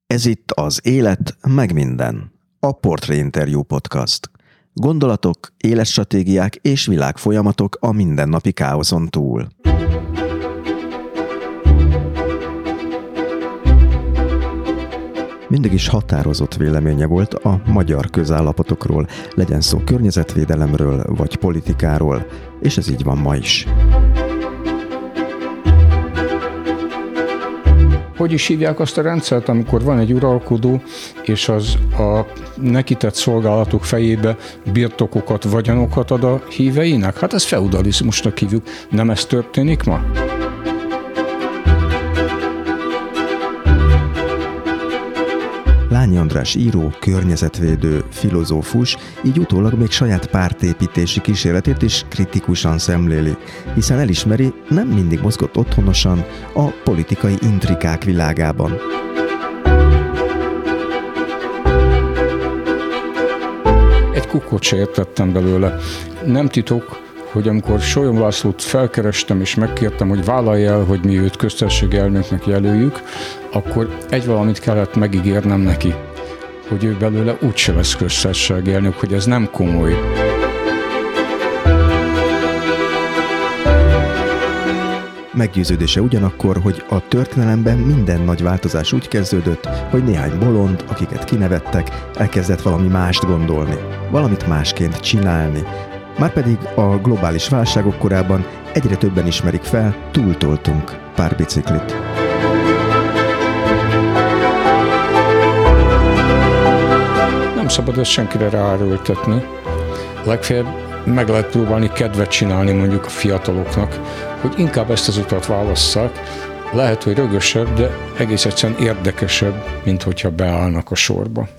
Ez itt az Élet meg minden, a Portré Interview Podcast. Gondolatok, életstratégiák és világfolyamatok a mindennapi káoszon túl. Mindig is határozott véleménye volt a magyar közállapotokról, legyen szó környezetvédelemről vagy politikáról, és ez így van ma is. Hogy is hívják azt a rendszert, amikor van egy uralkodó, és az a neki tett szolgálatok fejébe birtokokat, vagyonokat ad a híveinek? Hát ezt feudalizmusnak hívjuk. Nem ez történik ma? Lányi András író, környezetvédő, filozófus, így utólag még saját pártépítési kísérletét is kritikusan szemléli, hiszen elismeri, nem mindig mozgott otthonosan a politikai intrikák világában. Egy kukkot se értettem belőle. Nem titok, hogy amikor Sólyom Lászlót felkerestem és megkértem, hogy vállalja el, hogy mi őt köztársasági elnöknek jelöljük, akkor egy valamit kellett megígérnem neki, hogy ő belőle úgyse lesz köztársasági elnök, hogy ez nem komoly. Meggyőződése ugyanakkor, hogy a történelemben minden nagy változás úgy kezdődött, hogy néhány bolond, akiket kinevettek, elkezdett valami mást gondolni, valamit másként csinálni. Márpedig a globális válságok korában egyre többen ismerik fel, túltoltunk pár biciklit. Nem szabad ezt senkire ráerőltetni. Legfeljebb meg lehet próbálni kedvet csinálni mondjuk a fiataloknak, hogy inkább ezt az utat válasszák. Lehet, hogy rögösebb, de egész egyszerűen érdekesebb, mint hogyha beállnak a sorba.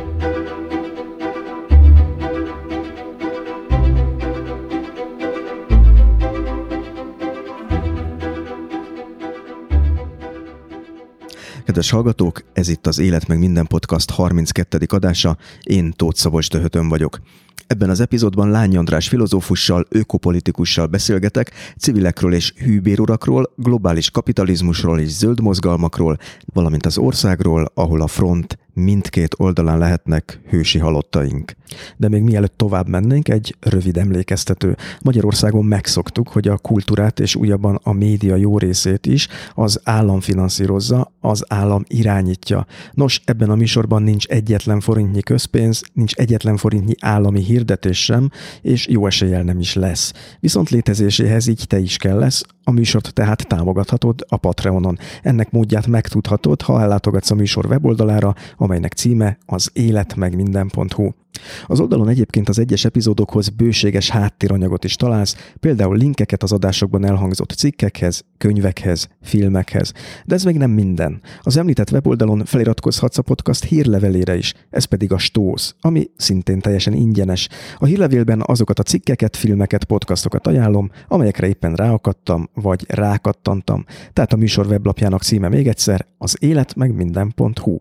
Kedves hallgatók, ez itt az Élet meg minden podcast 32. adása, én Tóth Szabolcs Töhötön vagyok. Ebben az epizódban Lányi András filozófussal, ökopolitikussal beszélgetek, civilekről és hűbérurakról, globális kapitalizmusról és zöld mozgalmakról, valamint az országról, ahol a front mindkét oldalán lehetnek hősi halottaink. De még mielőtt tovább mennénk, egy rövid emlékeztető. Magyarországon megszoktuk, hogy a kultúrát és újabban a média jó részét is az állam finanszírozza, az állam irányítja. Nos, ebben a műsorban nincs egyetlen forintnyi közpénz, nincs egyetlen forintnyi állami hirdetés sem, és jó eséllyel nem is lesz. Viszont létezéséhez így te is kell lesz, a műsort tehát támogathatod a Patreonon. Ennek módját megtudhatod, ha ellátogatsz a műsor weboldalára, amelynek címe az életmegminden.hu. Az oldalon egyébként az egyes epizódokhoz bőséges háttéranyagot is találsz, például linkeket az adásokban elhangzott cikkekhez, könyvekhez, filmekhez. De ez még nem minden. Az említett weboldalon feliratkozhatsz a podcast hírlevelére is, ez pedig a Stósz, ami szintén teljesen ingyenes. A hírlevélben azokat a cikkeket, filmeket, podcastokat ajánlom, amelyekre éppen ráakadtam, vagy rákattantam. Tehát a műsor weblapjának címe még egyszer az életmegminden.hu.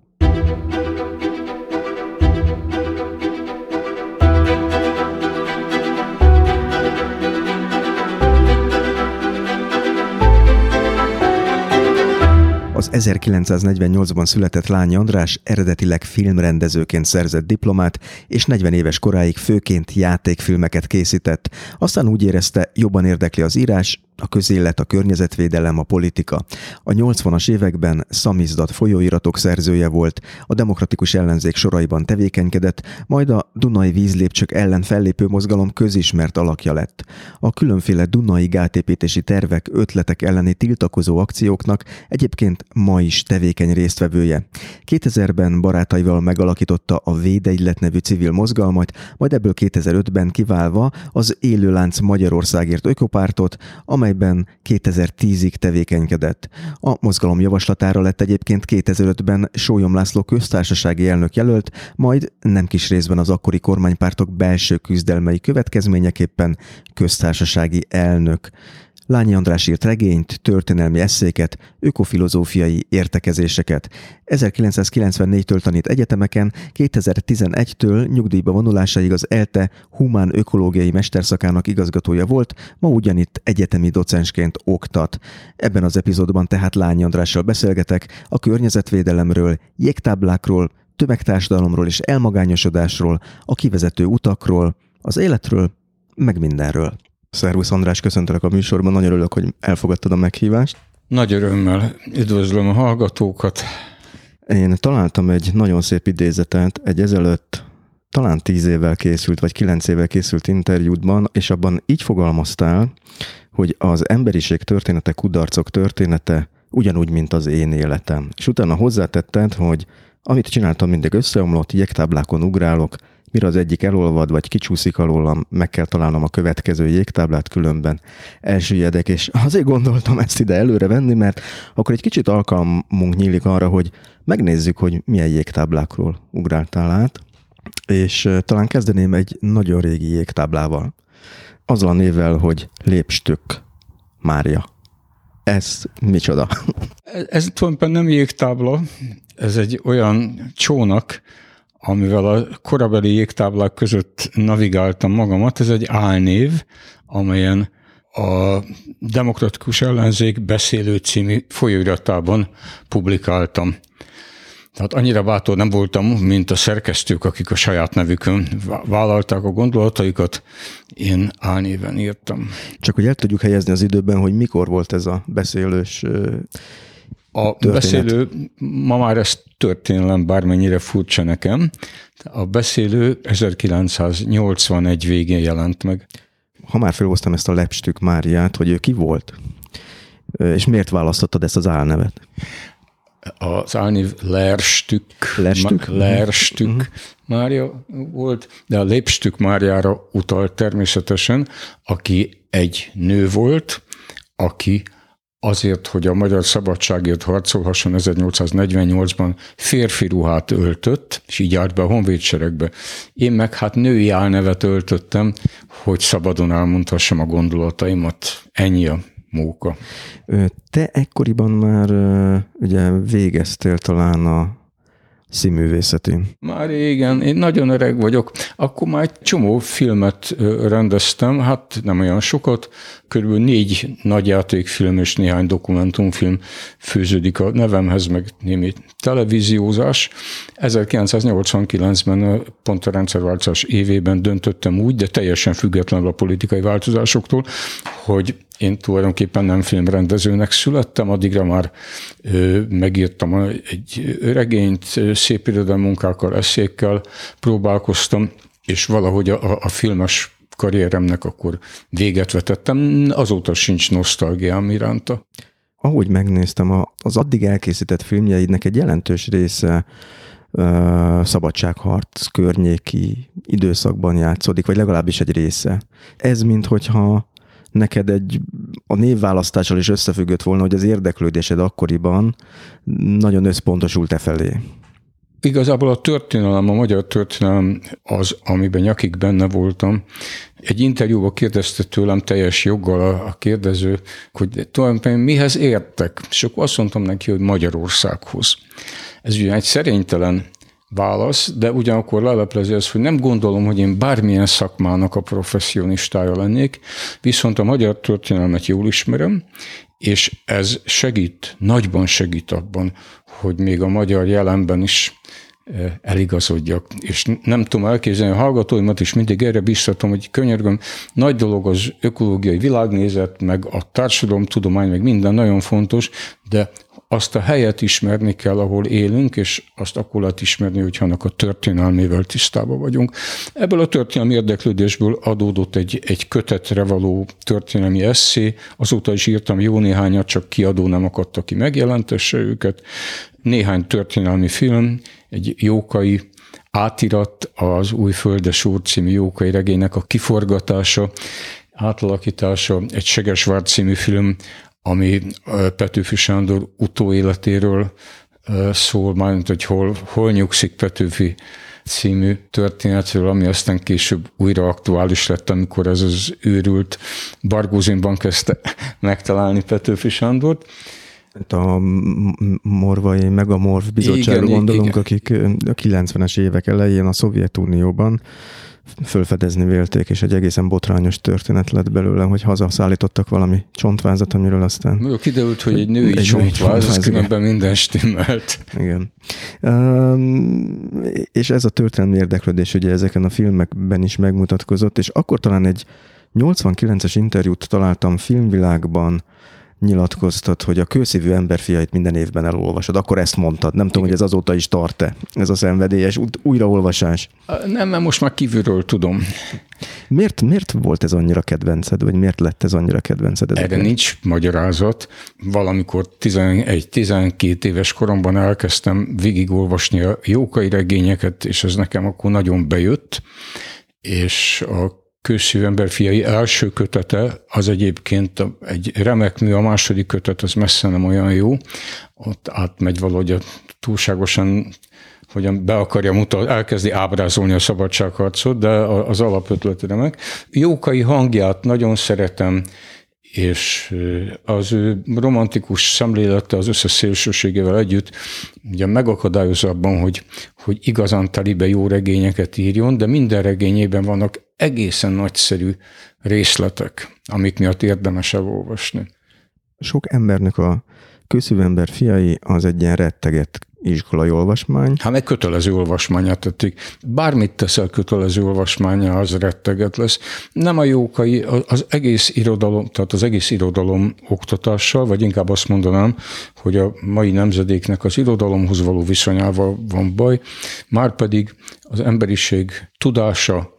Az 1948-ban született Lányi András eredetileg filmrendezőként szerzett diplomát, és 40 éves koráig főként játékfilmeket készített. Aztán úgy érezte, jobban érdekli az írás, a közélet, a környezetvédelem, a politika. A 80-as években szamizdat folyóiratok szerzője volt, a demokratikus ellenzék soraiban tevékenykedett, majd a Dunai vízlépcsők ellen fellépő mozgalom közismert alakja lett. A különféle dunai gátépítési tervek, ötletek elleni tiltakozó akcióknak egyébként ma is tevékeny résztvevője. 2000-ben barátaival megalakította a Védegylet nevű civil mozgalmat, majd ebből 2005-ben kiválva az Élőlánc Magyarországért ökopártot, amelyben 2010-ig tevékenykedett. A mozgalom javaslatára lett egyébként 2005-ben Sólyom László köztársasági elnök jelölt, majd nem kis részben az akkori kormánypártok belső küzdelmei következményeképpen köztársasági elnök. Lányi András írt regényt, történelmi esszéket, ökofilozófiai értekezéseket. 1994-től tanít egyetemeken, 2011-től nyugdíjba vonulásáig az ELTE humán ökológiai mesterszakának igazgatója volt, ma ugyanitt egyetemi docensként oktat. Ebben az epizódban tehát Lányi Andrással beszélgetek a környezetvédelemről, jégtáblákról, tömegtársadalomról és elmagányosodásról, a kivezető utakról, az életről, meg mindenről. Szervusz András, köszöntelek a műsorban, nagyon örülök, hogy elfogadtad a meghívást. Nagy örömmel üdvözlöm a hallgatókat. Én találtam egy nagyon szép idézetet egy ezelőtt talán 10 évvel készült, vagy 9 évvel készült interjúdban, és abban így fogalmaztál, hogy az emberiség története, kudarcok története ugyanúgy, mint az én életem. És utána hozzátetted, hogy amit csináltam, mindig összeomlott, jégtáblákon ugrálok, mire az egyik elolvad, vagy kicsúszik alólam, meg kell találnom a következő jégtáblát, különben elsüllyedek, és azért gondoltam ezt ide előre venni, mert akkor egy kicsit alkalmunk nyílik arra, hogy megnézzük, hogy milyen jégtáblákról ugráltál át, és talán kezdeném egy nagyon régi jégtáblával. Azzal a névvel, hogy Lépstük Mária. Ez micsoda? Ez tulajdonképpen nem jégtábla, ez egy olyan csónak, amivel a korabeli jégtáblák között navigáltam magamat. Ez egy álnév, amelyen a Demokratikus Ellenzék Beszélő című folyóiratában publikáltam. Tehát annyira bátor nem voltam, mint a szerkesztők, akik a saját nevükön vállalták a gondolataikat, én álnéven írtam. Csak hogy el tudjuk helyezni az időben, hogy mikor volt ez a beszélős A beszélő, ma már ez történelem, bármennyire furcsa nekem. A beszélő 1981 végén jelent meg. Ha már felhoztam ezt a Lépstük Máriát, hogy ő ki volt? És miért választottad ezt az álnevet? Az álnév Lérstük Mária volt, de a Lépstük Máriára utalt természetesen, aki egy nő volt, aki azért, hogy a magyar szabadságért harcolhasson 1848-ban férfi ruhát öltött, és így állt be a honvédseregbe. Én meg női álnevet öltöttem, hogy szabadon elmondhassam a gondolataimat. Ennyi a móka. Te ekkoriban már ugye végeztél talán a színművészetén. Már régen, én nagyon öreg vagyok. Akkor már egy csomó filmet rendeztem, nem olyan sokat, körülbelül 4 nagyjátékfilm és néhány dokumentumfilm fűződik a nevemhez, meg némi televíziózás. 1989-ben pont a rendszerváltozás évében döntöttem úgy, de teljesen függetlenül a politikai változásoktól, hogy én tulajdonképpen nem filmrendezőnek születtem, addigra már megírtam egy regényt, szép irodalmi munkákkal, esszékkel próbálkoztam, és valahogy a filmes karrieremnek akkor véget vetettem, azóta sincs nosztalgiám iránta. Ahogy megnéztem, az addig elkészített filmjeidnek egy jelentős része szabadságharc környéki időszakban játszódik, vagy legalábbis egy része. Ez minthogyha neked a névválasztással is összefüggött volna, hogy az érdeklődésed akkoriban nagyon összpontosult felé. Igazából a történelem, a magyar történelem az, amiben nyakig benne voltam. Egy interjúban kérdezte tőlem teljes joggal a kérdező, hogy tulajdonképpen mihez értek, és akkor azt mondtam neki, hogy Magyarországhoz. Ez ugye egy szerénytelen válasz, de ugyanakkor leleplezi azt, hogy nem gondolom, hogy én bármilyen szakmának a professzionistája lennék, viszont a magyar történelmet jól ismerem, és ez segít, nagyban segít abban, hogy még a magyar jelenben is eligazodjak. És nem tudom elképzelni, a hallgatóimat is mindig erre biztatom, hogy könyörgöm, nagy dolog az ökológiai világnézet, meg a társadalomtudomány, meg minden nagyon fontos, de azt a helyet ismerni kell, ahol élünk, és azt akkor lehet ismerni, hogyha annak a történelmével tisztában vagyunk. Ebből a történelmi érdeklődésből adódott egy kötetre való történelmi esszé, azóta is írtam jó néhányat, csak kiadó nem akadt, aki megjelentesse őket. Néhány történelmi film, egy Jókai átirat, az Új Földes úr című Jókai regénynek a kiforgatása, átalakítása, egy Segesvár című film, ami Petőfi Sándor utóéletéről szól, mármint, hogy hol nyugszik Petőfi című történetről, ami aztán később újra aktuális lett, amikor ez az őrült Bargózinban kezdte megtalálni Petőfi Sándort. A Morvai Megamorf bizottságról gondolunk, igen. Akik a 90-es évek elején a Szovjetunióban fölfedezni vélték, és egy egészen botrányos történet lett belőle, hogy hazaszállítottak valami csontvázat, amiről aztán... Kiderült, hogy egy női csontváz, ez különben minden stimmelt. Igen. És ez a történelmi érdeklődés ugye ezeken a filmekben is megmutatkozott, és akkor talán egy 89-es interjút találtam Filmvilágban, nyilatkoztat, hogy a Kőszívű emberfiait minden évben elolvasod. Akkor ezt mondtad. Nem tudom, hogy ez azóta is tart-e, ez a szenvedélyes újraolvasás. Nem, mert most már kívülről tudom. Miért volt ez annyira kedvenced, vagy miért lett ez annyira kedvenced? Erre nincs magyarázat. Valamikor 11-12 éves koromban elkezdtem végigolvasni a Jókai regényeket, és ez nekem akkor nagyon bejött, és a Kőszívű emberfiai első kötete, az egyébként egy remek mű, a második kötet az messze nem olyan jó, ott átmegy valahogy túlságosan, hogyan be akarja mutatni, elkezdi ábrázolni a szabadságharcot, de az alapötlet remek. Jókai hangját nagyon szeretem, és az ő romantikus szemlélete az összes szélsőségével együtt ugye megakadályozza abban, hogy igazán telibe jó regényeket írjon, de minden regényében vannak egészen nagyszerű részletek, amik miatt érdemes elolvasni. Sok embernek a Kőszívű emberfiai az egy ilyen rettegett iskolai olvasmány. Hát meg kötelező olvasmányát tették. Bármit teszel kötelező olvasmánya, az retteget lesz. Nem a Jókai, az egész irodalom, tehát az egész irodalom oktatással, vagy inkább azt mondanám, hogy a mai nemzedéknek az irodalomhoz való viszonyával van baj, márpedig az emberiség tudása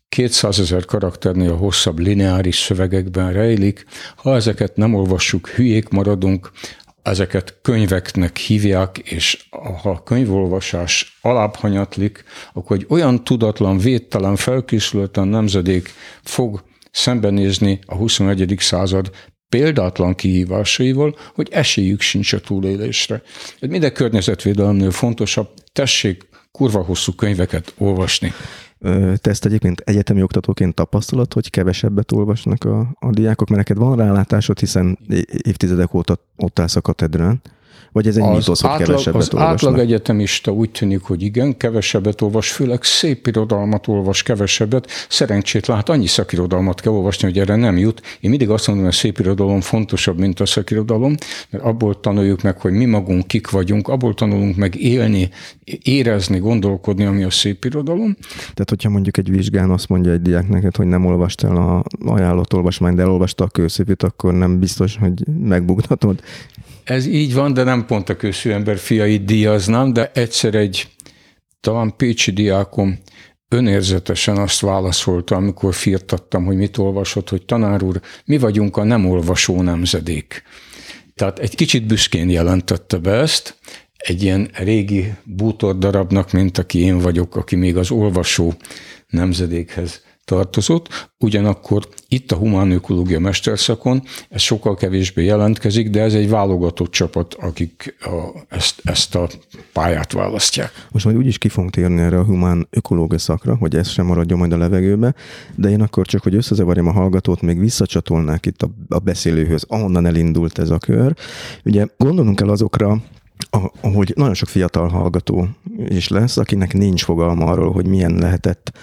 200 000 karakternél hosszabb lineáris szövegekben rejlik. Ha ezeket nem olvassuk, hülyék maradunk, ezeket könyveknek hívják, és ha a könyvolvasás alábbhanyatlik, akkor egy olyan tudatlan, védtelen, felkészületlen nemzedék fog szembenézni a 21. század példátlan kihívásaival, hogy esélyük sincs a túlélésre. Ez minden környezetvédelemnél fontosabb, tessék kurva hosszú könyveket olvasni. Te ezt egyébként egyetemi oktatóként tapasztalat, hogy kevesebbet olvasnak a diákok, mert neked van rálátásod, hiszen évtizedek óta ott állsz a katedrán, vagy ez egy mítosz, hogy kevesebbet olvasnak? Az átlag egyetemista úgy tűnik, hogy igen, kevesebbet olvas, főleg szép irodalmat olvas kevesebbet, szerencsétlen, hát annyi szakirodalmat kell olvasni, hogy erre nem jut. Én mindig azt mondom, hogy a szép irodalom fontosabb, mint a szakirodalom, mert abból tanuljuk meg, hogy mi magunk kik vagyunk, abból tanulunk meg élni, érezni, gondolkodni, ami a szép irodalom. Tehát, hogyha mondjuk egy vizsgán azt mondja egy diák neked, hogy nem olvastál a ajánlott olvasmányt, de elolvasta a Kőszívűt, akkor nem biztos, hogy megbuktatod. Ez így van, de nem pont a Kőszívű emberfiait díjaznám, de egyszer egy talán pécsi diákom önérzetesen azt válaszolta, amikor firtattam, hogy mit olvasott, hogy tanár úr, mi vagyunk a nem olvasó nemzedék. Tehát egy kicsit büszkén jelentette be ezt, egy ilyen régi bútordarabnak, mint aki én vagyok, aki még az olvasó nemzedékhez tartozott. Ugyanakkor itt a humánökológia mesterszakon ez sokkal kevésbé jelentkezik, de ez egy válogatott csapat, akik ezt a pályát választják. Most majd úgyis ki fogunk térni erre a humánökológia szakra, hogy ez sem maradjon majd a levegőbe, de én akkor csak, hogy összezavarjam a hallgatót, még visszacsatolnák itt a beszélőhöz, ahonnan elindult ez a kör. Ugye gondolunk el azokra, ahogy nagyon sok fiatal hallgató is lesz, akinek nincs fogalma arról, hogy milyen lehetett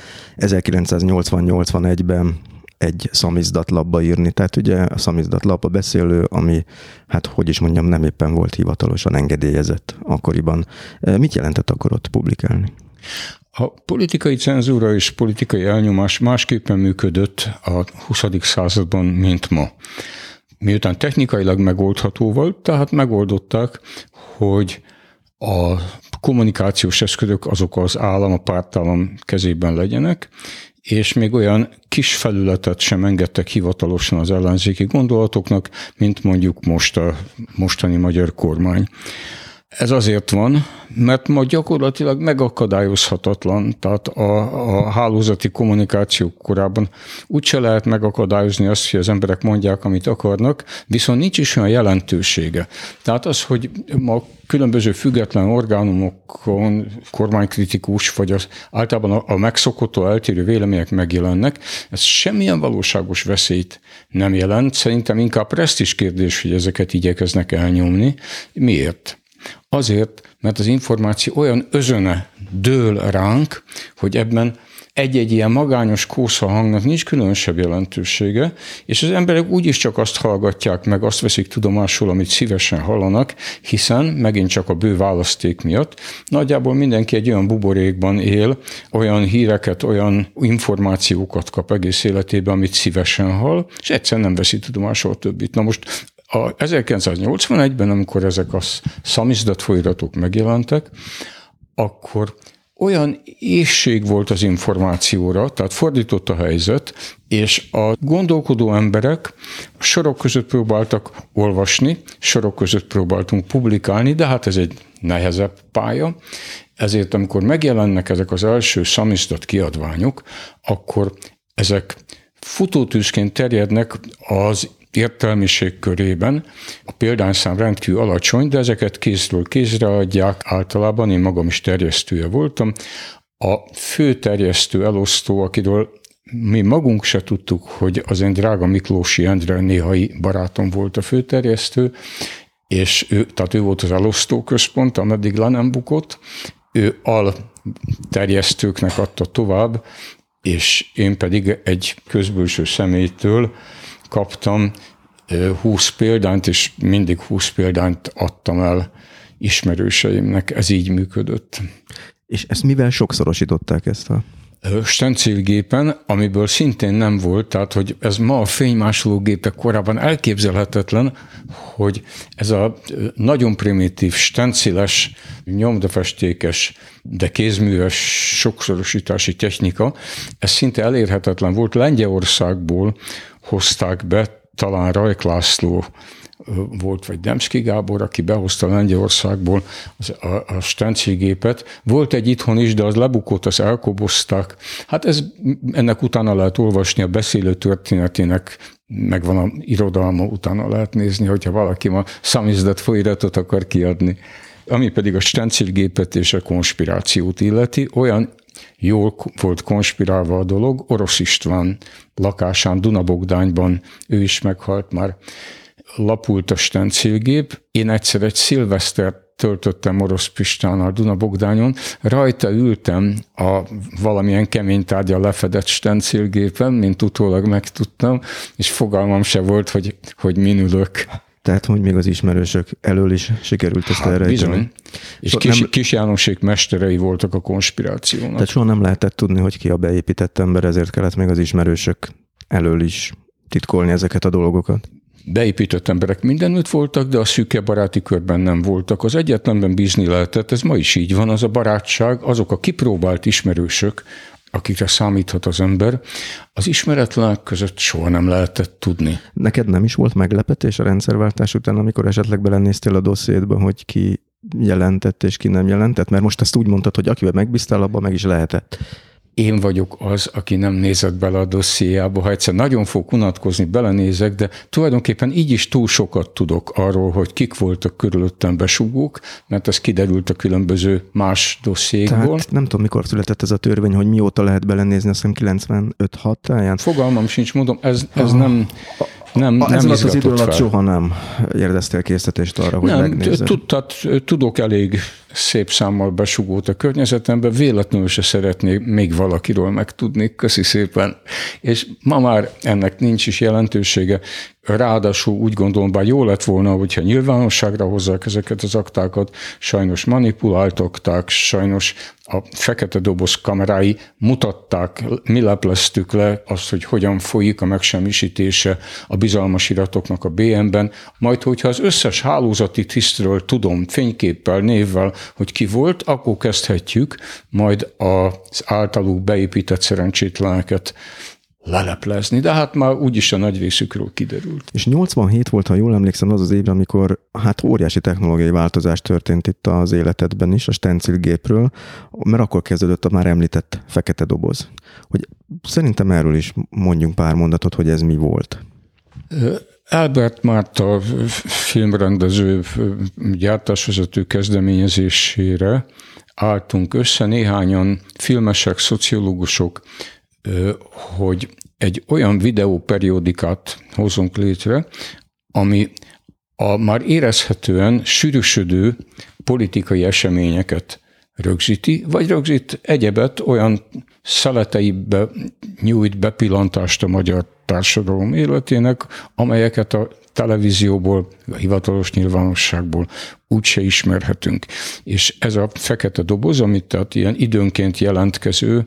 1980-81-ben egy szamizdatlapba írni. Tehát ugye a szamizdatlap a beszélő, ami, hát hogy is mondjam, nem éppen volt hivatalosan engedélyezett akkoriban. Mit jelentett akkor ott publikálni? A politikai cenzúra és politikai elnyomás másképpen működött a 20. században, mint ma. Miután technikailag megoldható volt, tehát megoldották, hogy a kommunikációs eszközök azok az állam, a pártállam kezében legyenek, és még olyan kis felületet sem engedtek hivatalosan az ellenzéki gondolatoknak, mint mondjuk most a mostani magyar kormány. Ez azért van, mert ma gyakorlatilag megakadályozhatatlan, tehát a hálózati kommunikáció korában úgyse lehet megakadályozni azt, hogy az emberek mondják, amit akarnak, viszont nincs is olyan jelentősége. Tehát az, hogy ma különböző független orgánumokon kormánykritikus, vagy általában a megszokottól eltérő vélemények megjelennek, ez semmilyen valóságos veszélyt nem jelent. Szerintem inkább presztízs kérdés, hogy ezeket igyekeznek elnyomni. Miért? Azért, mert az információ olyan özöne dől ránk, hogy ebben egy-egy ilyen magányos kósza hangnak nincs különösebb jelentősége, és az emberek úgyis csak azt hallgatják meg, azt veszik tudomásul, amit szívesen hallanak, hiszen megint csak a bő választék miatt nagyjából mindenki egy olyan buborékban él, olyan híreket, olyan információkat kap egész életében, amit szívesen hall, és egyszerűen nem veszi tudomásul a többit. Na most 1981-ben, amikor ezek a szamizdat folyóiratok megjelentek, akkor olyan éhség volt az információra, tehát fordított a helyzet, és a gondolkodó emberek sorok között próbáltak olvasni, sorok között próbáltunk publikálni, de hát ez egy nehezebb pálya. Ezért, amikor megjelennek ezek az első szamizdat kiadványok, akkor ezek futótűzként terjednek az értelmiség körében. A példányszám rendkívül alacsony, de ezeket kézről kézre adják. Általában én magam is terjesztője voltam. A fő terjesztő elosztó, akiről mi magunk se tudtuk, hogy az én drága Miklósi Endre néhai barátom volt a főterjesztő, és ő volt az elosztó központ, ameddig le nem bukott. Ő terjesztőknek adta tovább, és én pedig egy közbülső személytől kaptam 20 példányt, és mindig 20 példányt adtam el ismerőseimnek. Ez így működött. És ezt mivel sokszorosították ezt a... Stencilgépen, amiből szintén nem volt, tehát hogy ez ma a fénymásológépek korában elképzelhetetlen, hogy ez a nagyon primitív, stenciles, nyomdafestékes, de kézműves sokszorosítási technika, ez szinte elérhetetlen volt. Lengyelországból hozták be, talán Rajk László volt, vagy Demszky Gábor, aki behozta Lengyelországból a stencilgépet. Volt egy itthon is, de az lebukott, azt elkobozták. Hát ennek utána lehet olvasni, a beszélő történetének megvan a irodalma, utána lehet nézni, hogyha valaki ma szamizdat folyóiratot akar kiadni. Ami pedig a stencilgépet és a konspirációt illeti, olyan jól volt konspirálva a dolog, Orosz István lakásán Dunabogdányban, ő is meghalt már, lapult a stencilgép. Én egyszer egy szilvesztert töltöttem Orosz Pistánnal Dunabogdányon, rajta ültem a valamilyen kemény tárgya lefedett stencilgépen, mint utólag megtudtam, és fogalmam se volt, hogy min ülök. Tehát, hogy még az ismerősök elől is sikerült ezt elrejteni. Bizony. És Kis Jánosék mesterei voltak a konspirációnak. Tehát soha nem lehetett tudni, hogy ki a beépített ember, ezért kellett még az ismerősök elől is titkolni ezeket a dolgokat. Beépített emberek mindenütt voltak, de a szűke baráti körben nem voltak. Az egyetlenben bízni lehetett, ez ma is így van, az a barátság, azok a kipróbált ismerősök, akikre számíthat az ember, az ismeretlenek között soha nem lehetett tudni. Neked nem is volt meglepetés a rendszerváltás után, amikor esetleg belenéztél a dossziétba, hogy ki jelentett és ki nem jelentett? Mert most ezt úgy mondtad, hogy akivel megbíztál, abban meg is lehetett. Én vagyok az, aki nem nézett bele a dossziéjába. Ha egyszer nagyon fog unatkozni, belenézek, de tulajdonképpen így is túl sokat tudok arról, hogy kik voltak körülöttem besugók, mert ez kiderült a különböző más dossziékból. Tehát nem tudom, mikor született ez a törvény, hogy mióta lehet belenézni, azt hiszem 95-6 táján. Fogalmam sincs, mondom, ez nem ez alatt az idő alatt fel. Soha nem érdeztél késztetést arra, hogy megnézzed. Tudok elég szép számmal besugót a környezetembe, véletlenül se szeretnék még valakiről megtudni, köszi szépen. És ma már ennek nincs is jelentősége. Ráadásul úgy gondolom, bár jó lett volna, hogyha nyilvánosságra hozzák ezeket az aktákat, sajnos manipuláltak, sajnos a fekete doboz kamerái mutatták, mi lepleztük le azt, hogy hogyan folyik a megsemmisítése a bizalmas iratoknak a BM-ben, majd hogyha az összes hálózati tisztről tudom fényképpel, névvel, hogy ki volt, akkor kezdhetjük majd az általuk beépített szerencsétleneket leleplezni, de hát már úgyis a nagy részükről kiderült. És 87 volt, ha jól emlékszem, az az évben, amikor hát óriási technológiai változás történt itt az életedben is, a stencilgépről, mert akkor kezdődött a már említett fekete doboz. Hogy szerintem erről is mondjunk pár mondatot, hogy ez mi volt. Albert Márta filmrendező, gyártásvezető kezdeményezésére álltunk össze néhányan filmesek, szociológusok, hogy egy olyan videóperiódikát hozunk létre, ami a már érezhetően sűrűsödő politikai eseményeket rögzíti, vagy rögzít egyebet, olyan szeleteibe nyújt bepillantást a magyar társadalom életének, amelyeket a televízióból, a hivatalos nyilvánosságból úgyse ismerhetünk. És ez a fekete doboz, amit tehát ilyen időnként jelentkező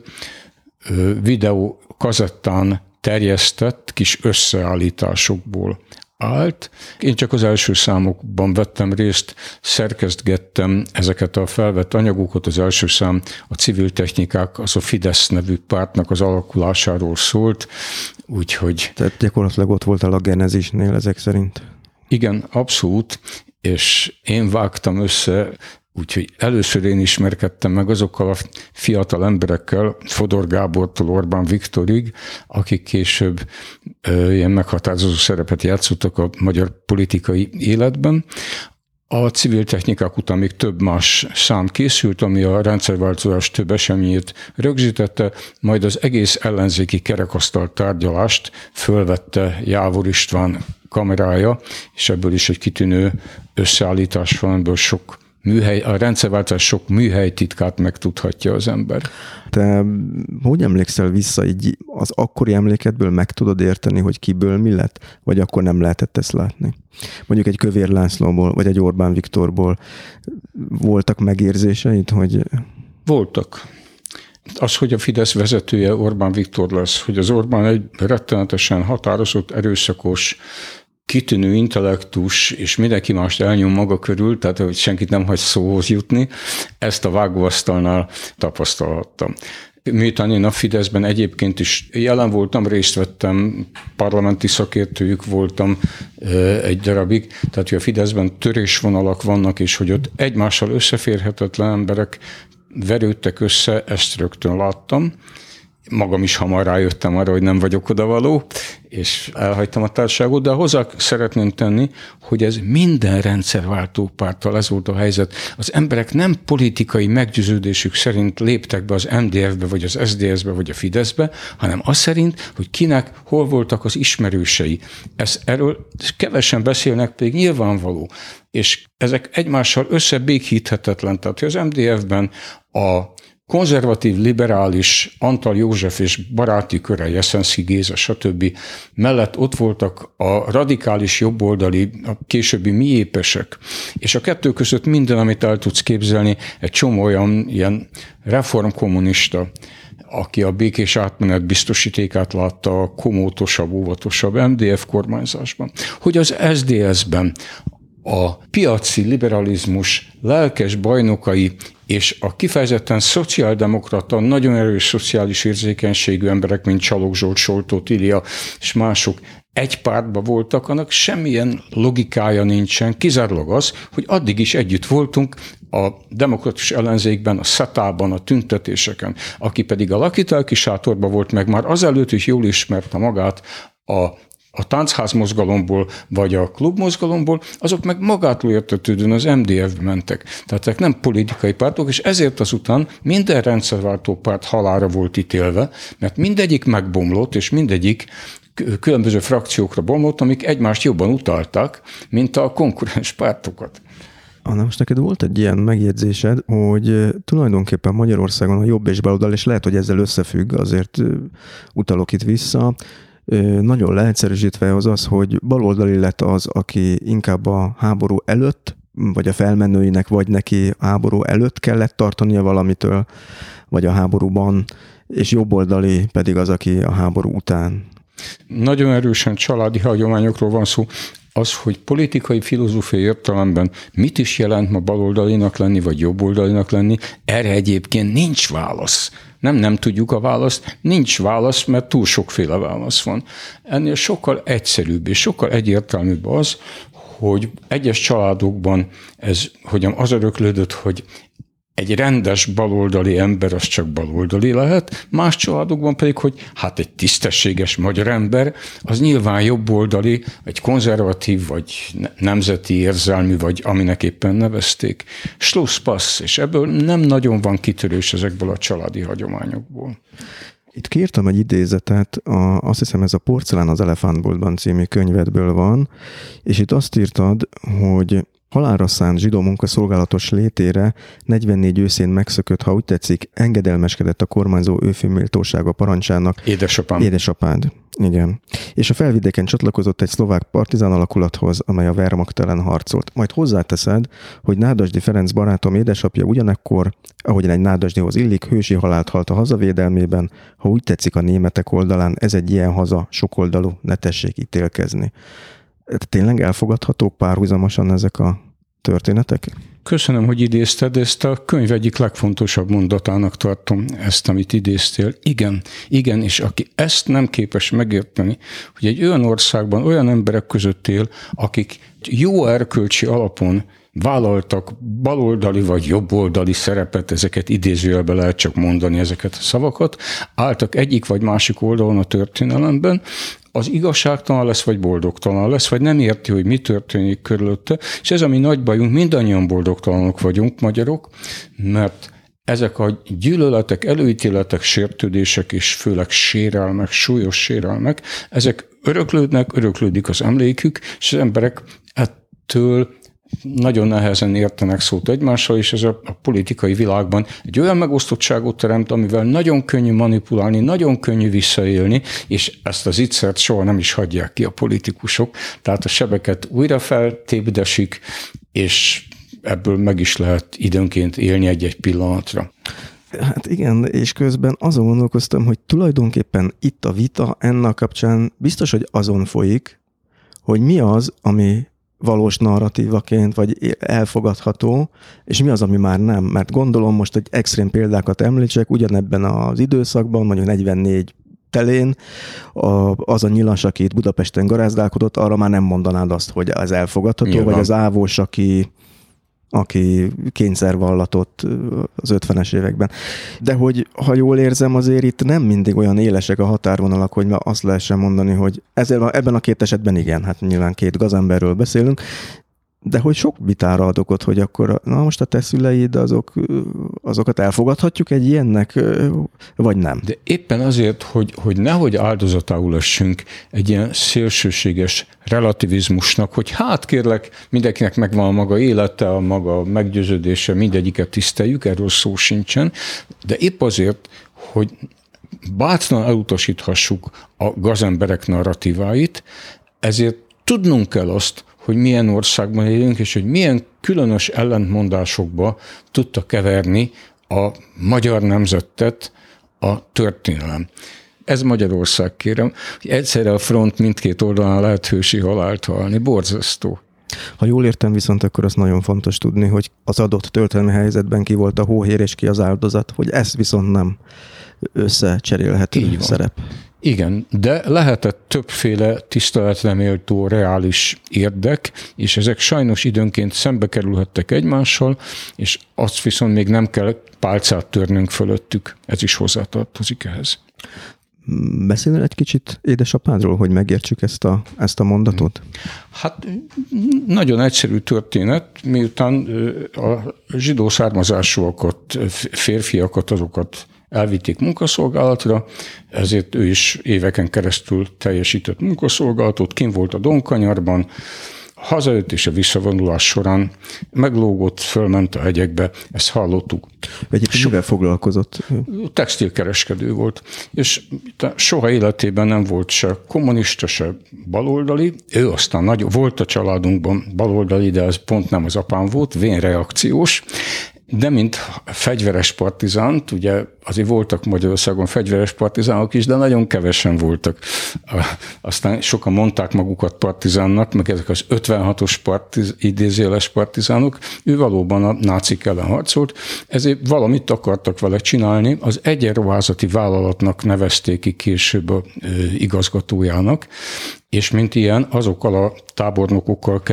videó kazettán terjesztett kis összeállításokból állt. Én csak az első számokban vettem részt, szerkesztgettem ezeket a felvett anyagokat. Az első szám a Civil Technikák, az a Fidesz nevű pártnak az alakulásáról szólt, úgyhogy... Tehát gyakorlatilag ott voltál a genezisnél ezek szerint? Igen, abszolút, és én vágtam össze, úgyhogy először én ismerkedtem meg azokkal a fiatal emberekkel, Fodor Gábortól Orbán Viktorig, akik később ilyen meghatározó szerepet játszottak a magyar politikai életben. A Civil Technikák után még több más szám készült, ami a rendszerváltozás több eseményét rögzítette, majd az egész ellenzéki kerekasztal tárgyalást fölvette Jávor István kamerája, és ebből is egy kitűnő összeállítás van, ebből sok a rendszerváltás sok műhelytitkát megtudhatja az ember. Te hogy emlékszel vissza, így az akkori emlékedből meg tudod érteni, hogy kiből mi lett? Vagy akkor nem lehetett ezt látni? Mondjuk egy Kövér Lászlóból, vagy egy Orbán Viktorból voltak megérzéseid, hogy... Voltak. Az, hogy a Fidesz vezetője Orbán Viktor lesz, hogy az Orbán egy rettenetesen határozott, erőszakos, kitűnő intellektus, és mindenki mást elnyom maga körül, tehát hogy senkit nem hagy szóhoz jutni, ezt a vágóasztalnál tapasztalhattam. Miután én a Fideszben egyébként is jelen voltam, részt vettem, parlamenti szakértőjük voltam egy darabig, tehát hogy a Fideszben törésvonalak vannak, és hogy ott egymással összeférhetetlen emberek verődtek össze, ezt rögtön láttam. Magam is hamar rájöttem arra, hogy nem vagyok odavaló, és elhagytam a társaságot, de hozzá szeretném tenni, hogy ez minden rendszerváltó párttal ez volt a helyzet. Az emberek nem politikai meggyőződésük szerint léptek be az MDF-be, vagy az SZDSZ-be, vagy a Fideszbe, hanem az szerint, hogy kinek hol voltak az ismerősei. Erről kevesen beszélnek, pedig nyilvánvaló. És ezek egymással összebékíthetetlen. Tehát, hogy az MDF-ben a konzervatív, liberális Antal József és baráti köre, Jeszenszky Géza, stb. Mellett ott voltak a radikális jobboldali, a későbbi miépesek, és a kettő között minden, amit el tudsz képzelni, egy csomó olyan ilyen reformkommunista, aki a békés átmenet biztosítékát látta a komótosabb, óvatosabb MDF kormányzásban. Hogy az SZDSZ-ben a piaci liberalizmus lelkes bajnokai és a kifejezetten szociáldemokrata, nagyon erős szociális érzékenységű emberek, mint Csalók Zsolt, Soltó Tília és mások egy pártban voltak, annak semmilyen logikája nincsen, kizárólag az, hogy addig is együtt voltunk a demokratikus ellenzékben, a SZETA-ban, a tüntetéseken, aki pedig a lakitelki sátorban volt meg már azelőtt is jól ismerte magát a táncház mozgalomból, vagy a klubmozgalomból, azok meg magától értetődően az MDF-be mentek. Tehát ezek nem politikai pártok, és ezért azután minden rendszerváltó párt halálra volt ítélve, mert mindegyik megbomlott, és mindegyik különböző frakciókra bomlott, amik egymást jobban utálták, mint a konkurens pártokat. Anna, most neked volt egy ilyen megjegyzésed, hogy tulajdonképpen Magyarországon a jobb és baloldal, és lehet, hogy ezzel összefügg, azért utalok itt vissza, nagyon leegyszerűsítve az, hogy baloldali lett az, aki inkább a háború előtt, vagy a felmenőinek, vagy neki a háború előtt kellett tartania valamitől, vagy a háborúban, és jobboldali pedig az, aki a háború után. Nagyon erősen családi hagyományokról van szó. az, hogy politikai filozófiai értelemben mit is jelent ma baloldalinak lenni, vagy jobboldalinak lenni, erre egyébként nincs válasz. Nem tudjuk a választ, nincs válasz, mert túl sokféle válasz van. Ennél sokkal egyszerűbb és sokkal egyértelműbb az, hogy egyes családokban ez hogyan az öröklődött, hogy egy rendes baloldali ember az csak baloldali lehet, más családokban pedig, hogy hát egy tisztességes magyar ember, az nyilván jobboldali, egy konzervatív, vagy nemzeti érzelmű, vagy aminek éppen nevezték. Schlusspassz, és ebből nem nagyon van kitörés ezekből a családi hagyományokból. Itt kiírtam egy idézetet, azt hiszem ez a Porcelán az elefántboltban című könyvedből van, és itt azt írtad, hogy halálra szánt zsidó munkaszolgálatos létére 44 őszén megszökött, ha úgy tetszik, engedelmeskedett a kormányzó őfőméltósága parancsának. Édesapád. Igen. És a Felvidéken csatlakozott egy szlovák partizán alakulathoz, amely a Wehrmacht ellen harcolt. Majd hozzáteszed, hogy Nádasdy Ferenc barátom édesapja ugyanekkor, ahogyan egy nádasdyhoz illik, hősi halált halt a hazavédelmében, ha úgy tetszik a németek oldalán, ez egy ilyen haza, sokoldalú, ne tessék ítélkezni. Tényleg elfogadhatók párhuzamosan ezek a történetek? Köszönöm, hogy idézted, ezt a könyv egyik legfontosabb mondatának tartom, ezt, amit idéztél. Igen, és aki ezt nem képes megérteni, hogy egy olyan országban olyan emberek között él, akik jó erkölcsi alapon vállaltak baloldali vagy jobboldali szerepet, ezeket idézőjelbe lehet csak mondani, ezeket a szavakat, álltak egyik vagy másik oldalon a történelemben, az igazságtalan lesz, vagy boldogtalan lesz, vagy nem érti, hogy mi történik körülötte, és ez a mi nagy bajunk, mindannyian boldogtalanok vagyunk, magyarok, mert ezek a gyűlöletek, előítéletek, sértődések és főleg sérelmek, súlyos sérelmek, ezek öröklődik az emlékük, és az emberek ettől nagyon nehezen értenek szót egymással, és ez a politikai világban egy olyan megosztottságot teremt, amivel nagyon könnyű manipulálni, nagyon könnyű visszaélni, és ezt az ittszert soha nem is hagyják ki a politikusok. Tehát a sebeket újra feltépdesik, és ebből meg is lehet időnként élni egy-egy pillanatra. Hát igen, és közben azon gondolkoztam, hogy tulajdonképpen itt a vita ennek kapcsán biztos, hogy azon folyik, hogy mi az, ami valós narratívaként, vagy elfogadható, és mi az, ami már nem. Mert gondolom most, hogy extrém példákat említsek, ugyanebben az időszakban, mondjuk 44 telén, az a nyilas, aki itt Budapesten garázdálkodott, arra már nem mondanád azt, hogy ez elfogadható, nyilván. Vagy az ávós, aki kényszervallatott az 50-es években. De hogy, ha jól érzem, azért itt nem mindig olyan élesek a határvonalak, hogy azt lehessen mondani, hogy ebben a két esetben igen, hát nyilván két gazemberről beszélünk, de hogy sok vitára ad okot, hogy akkor most a te szüleid, azokat elfogadhatjuk egy ilyennek, vagy nem? De éppen azért, hogy nehogy áldozatául essünk egy ilyen szélsőséges relativizmusnak, hogy hát kérlek, mindenkinek megvan a maga élete, a maga meggyőződése, mindegyiket tiszteljük, erről szó sincsen, de épp azért, hogy bátran elutasíthassuk a gazemberek narratíváit, ezért tudnunk kell azt, hogy milyen országban élünk, és hogy milyen különös ellentmondásokba tudta keverni a magyar nemzetet a történelem. Ez Magyarország, kérem, hogy egyszerre a front mindkét oldalán lehet hősi halált halni. Borzasztó. Ha jól értem, viszont akkor az nagyon fontos tudni, hogy az adott történelmi helyzetben ki volt a hóhér és ki az áldozat, hogy ez viszont nem összecserélhető szerep. Igen, de lehetett többféle tiszteletre méltó reális érdek, és ezek sajnos időnként szembe kerülhettek egymással, és azt viszont még nem kell pálcát törnünk fölöttük. Ez is hozzátartozik ehhez. Beszélnél egy kicsit édesapádról, hogy megértsük ezt a mondatot? Hát nagyon egyszerű történet, miután a zsidó származásúakat, férfiakat, azokat elvitték munkaszolgálatra, ezért ő is éveken keresztül teljesített munkaszolgálatot, kint volt a Donkanyarban, hazajött és a visszavonulás során meglógott, fölment a hegyekbe, ezt hallottuk. Egyébként mivel foglalkozott? Textilkereskedő volt, és soha életében nem volt se kommunista, se baloldali. Ő aztán volt a családunkban baloldali, de ez pont nem az apám volt, vénreakciós. de mint fegyveres partizánt, ugye azért voltak Magyarországon fegyveres partizánok is, de nagyon kevesen voltak. Aztán sokan mondták magukat partizánnak, meg ezek az 56-os idézőjeles partizánok, ő valóban a nácik ellen harcolt, ezért valamit akartak vele csinálni, az egyenruházati vállalatnak nevezték ki később a igazgatójának, és mint ilyen azokkal a tábornokokkal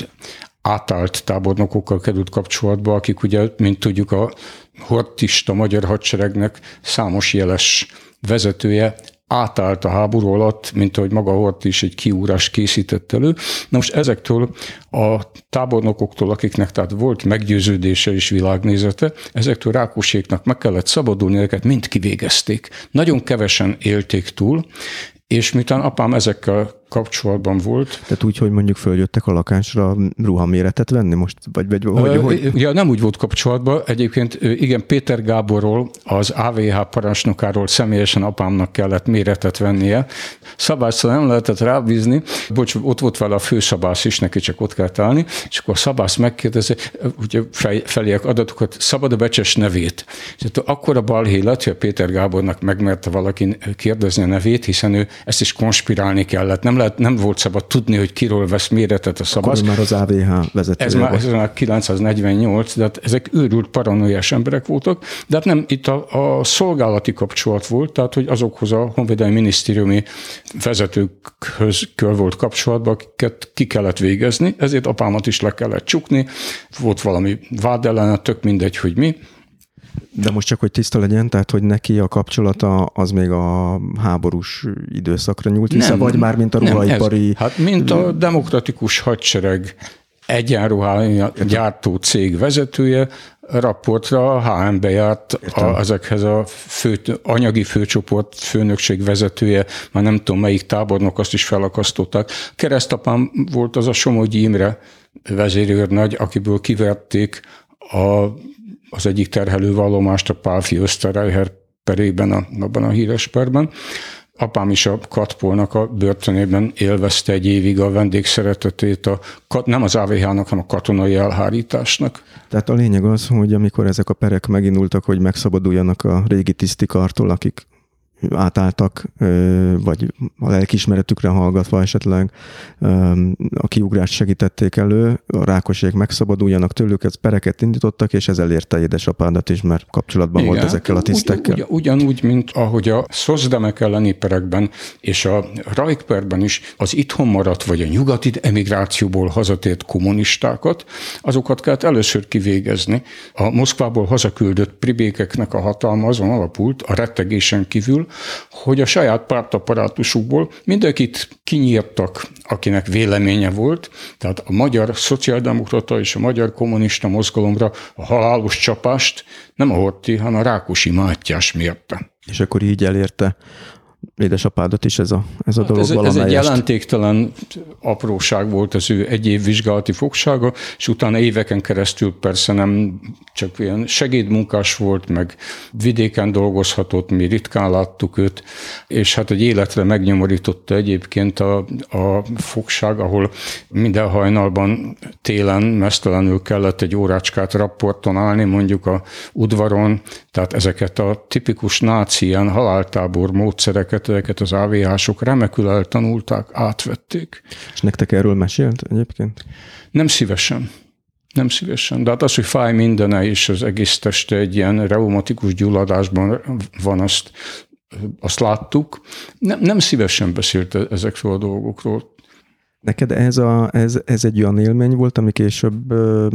átállt tábornokokkal került kapcsolatba, akik ugye, mint tudjuk, a hortista magyar hadseregnek számos jeles vezetője átállt a háború alatt, mint ahogy maga Hort is egy kiúrás készített elő. Na most ezektől a tábornokoktól, akiknek tehát volt meggyőződése és világnézete, ezektől Rákoséknak meg kellett szabadulni, ezeket mind kivégezték. Nagyon kevesen élték túl, és miután apám ezekkel kapcsolatban volt. Tehát úgy, hogy mondjuk följöttek a lakásra ruhaméretet venni most? Vagy? Ja, nem úgy volt kapcsolatban. Egyébként igen, Péter Gáborról, az AVH parancsnokáról személyesen apámnak kellett méretet vennie. Szabászra nem lehetett rábízni. Bocs, ott volt vele a főszabász is, neki csak ott kellett állni, és akkor a szabász megkérdezi, ugye feléjek adatokat, szabad a becses nevét. És akkor a balhé lett, hogy a Péter Gábornak megmerte valaki kérdezni a nevét, hiszen ő ezt is konspirálni kellett. Nem volt szabad tudni, hogy kiről vesz méretet a szabász. Akkor már az AVH vezetője ez már 948, de hát ezek őrült, paranoiás emberek voltak, de hát nem, itt a szolgálati kapcsolat volt, tehát hogy azokhoz a honvédelmi minisztériumi vezetőkhöz volt kapcsolatban, akiket ki kellett végezni, ezért apámat is le kellett csukni, volt valami vád ellene, tök mindegy, hogy mi. De most csak, hogy tiszta legyen, tehát, hogy neki a kapcsolata az még a háborús időszakra nyúlt vissza, vagy már mint a ruhaipari... Hát mint a demokratikus hadsereg egyenruháját gyártó cég vezetője, rapportra HM-be járt ezekhez a anyagi főcsoport főnökség vezetője, már nem tudom melyik tábornok, azt is felakasztották. Keresztapám volt az a Somogyi Imre vezérőrnagy, akiből kiverték az egyik terhelővallomást a Pálffy Öszterreicher perében, abban a híres perben. Apám is a Katpolnak a börtönében élvezte egy évig a vendégszeretetét, nem az AVH-nak, hanem a katonai elhárításnak. Tehát a lényeg az, hogy amikor ezek a perek megindultak, hogy megszabaduljanak a régi tisztikartól, akik átálltak, vagy a lelkiismeretükre hallgatva esetleg a kiugrást segítették elő, a Rákosék megszabaduljanak tőlük, ez pereket indítottak, és ez elérte édesapádat is, mert kapcsolatban igen, volt ezekkel a tisztekkel. Ugyanúgy, mint ahogy a szozdemek elleni perekben és a Reich-perben is az itthon maradt, vagy a nyugati emigrációból hazatért kommunistákat, azokat kellett először kivégezni. A Moszkvából hazaküldött pribékeknek a hatalma azon alapult, a rettegésen kívül, hogy a saját pártapparátusukból mindenkit kinyírtak, akinek véleménye volt, tehát a magyar szociáldemokrata és a magyar kommunista mozgalomra a halálos csapást nem a Horthy, hanem a Rákosi Mátyás mérte. És akkor így elérte édesapádat is ez a dolog valamelyest. Ez egy jelentéktelen apróság volt az ő egy év vizsgálati fogsága, és utána éveken keresztül persze nem csak ilyen segédmunkás volt, meg vidéken dolgozhatott, mi ritkán láttuk őt, és hát egy életre megnyomorította egyébként a fogság, ahol minden hajnalban télen meztelenül kellett egy órácskát rapportonálni, mondjuk a udvaron, tehát ezeket a tipikus náci ilyen haláltábor módszereket, ezeket az AVH-sok remekül eltanulták, átvették. És nektek erről mesélt egyébként? Nem szívesen. De hát az, hogy fáj mindene, és az egész teste egy ilyen reumatikus gyulladásban van, azt láttuk. Nem szívesen beszélt ezekről a dolgokról. Neked ez egy olyan élmény volt, ami később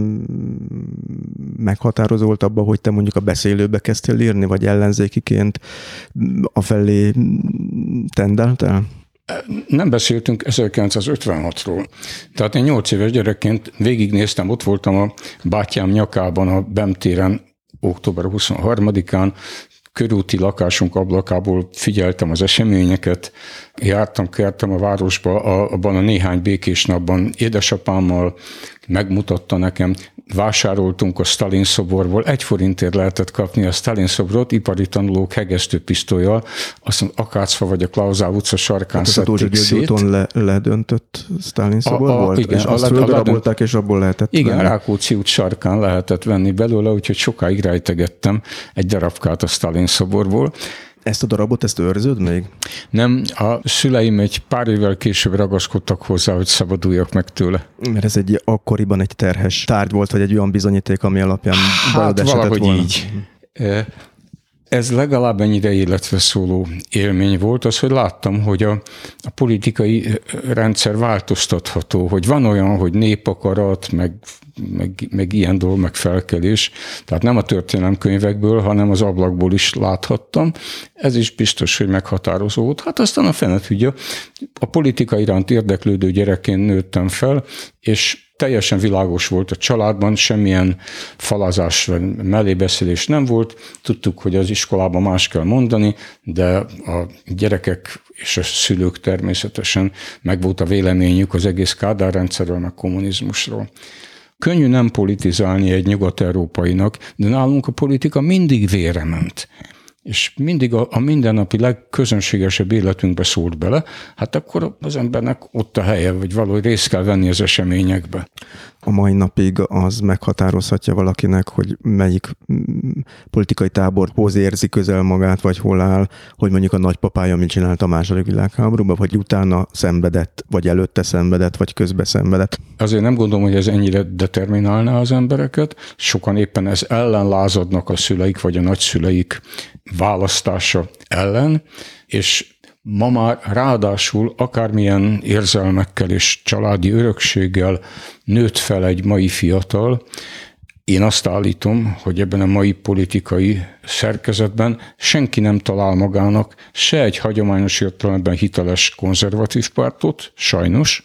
meghatározó volt abban, hogy te mondjuk a beszélőbe kezdtél írni, vagy ellenzékiként afelé tendáltál? Nem beszéltünk 1956-ról. Tehát én 8 éves gyerekként végignéztem, ott voltam a bátyám nyakában a BEM téren október 23-án, körúti lakásunk ablakából figyeltem az eseményeket, kertem a városba, abban a néhány békés napban édesapámmal megmutatta nekem, vásároltunk a Sztálin szoborból, 1 forintért lehetett kapni a Sztálin szobrot, ipari tanulók hegesztőpisztollyal, azt mondom, Akácfa vagy a Klauzál utca sarkán szedték szét. úton ledöntött Sztálin szobor volt? Igen, és azt földarabolták, és abból lehetett igen, venni. Rákóczi út sarkán lehetett venni belőle, úgyhogy sokáig rejtegettem egy darabkát a Sztálin szoborból. Ezt a darabot, ezt őrzöd még? Nem, a szüleim egy pár évvel később ragaszkodtak hozzá, hogy szabaduljak meg tőle. Mert ez akkoriban egy terhes tárgy volt, vagy egy olyan bizonyíték, ami alapján bajod esetett valahogy volna. Így. Ez legalább ennyire életre szóló élmény volt, az, hogy láttam, hogy a politikai rendszer változtatható, hogy van olyan, hogy népakarat, meg ilyen dolog, meg felkelés. Tehát nem a történelemkönyvekből, hanem az ablakból is láthattam. Ez is biztos, hogy meghatározó volt. Hát aztán a fene tudja, a politika iránt érdeklődő gyerekként nőttem fel, és teljesen világos volt a családban, semmilyen falazás vagy mellébeszélés nem volt. Tudtuk, hogy az iskolában más kell mondani, de a gyerekek és a szülők természetesen megvolt a véleményük az egész Kádár rendszerről, meg kommunizmusról. Könnyű nem politizálni egy nyugat-európainak, de nálunk a politika mindig vérre ment. És mindig a mindennapi legközönségesebb életünkbe szólt bele, hát akkor az embernek ott a helye, vagy valahogy részt kell venni az eseményekbe. A mai napig az meghatározhatja valakinek, hogy melyik politikai táborhoz érzi közel magát, vagy hol áll, hogy mondjuk a nagypapája mit csinált a II. Világháborúban, vagy utána szenvedett, vagy előtte szenvedett, vagy közbe szenvedett. Azért nem gondolom, hogy ez ennyire determinálná az embereket. Sokan éppen ez ellen lázadnak a szüleik, vagy a nagyszüleik választása ellen, és ma már ráadásul akármilyen érzelmekkel és családi örökséggel nőtt fel egy mai fiatal, én azt állítom, hogy ebben a mai politikai szerkezetben senki nem talál magának se egy hagyományos értelemben hiteles konzervatív pártot, sajnos,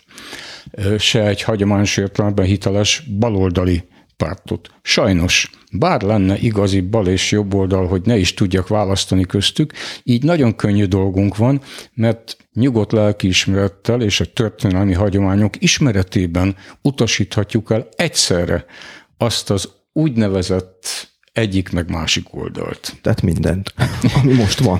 se egy hagyományos értelemben hiteles baloldali pártot. Sajnos, bár lenne igazi bal és jobb oldal, hogy ne is tudjak választani köztük, így nagyon könnyű dolgunk van, mert nyugodt lelkiismerettel és a történelmi hagyományok ismeretében utasíthatjuk el egyszerre azt az úgynevezett egyik meg másik oldalt. Tehát mindent, ami most van.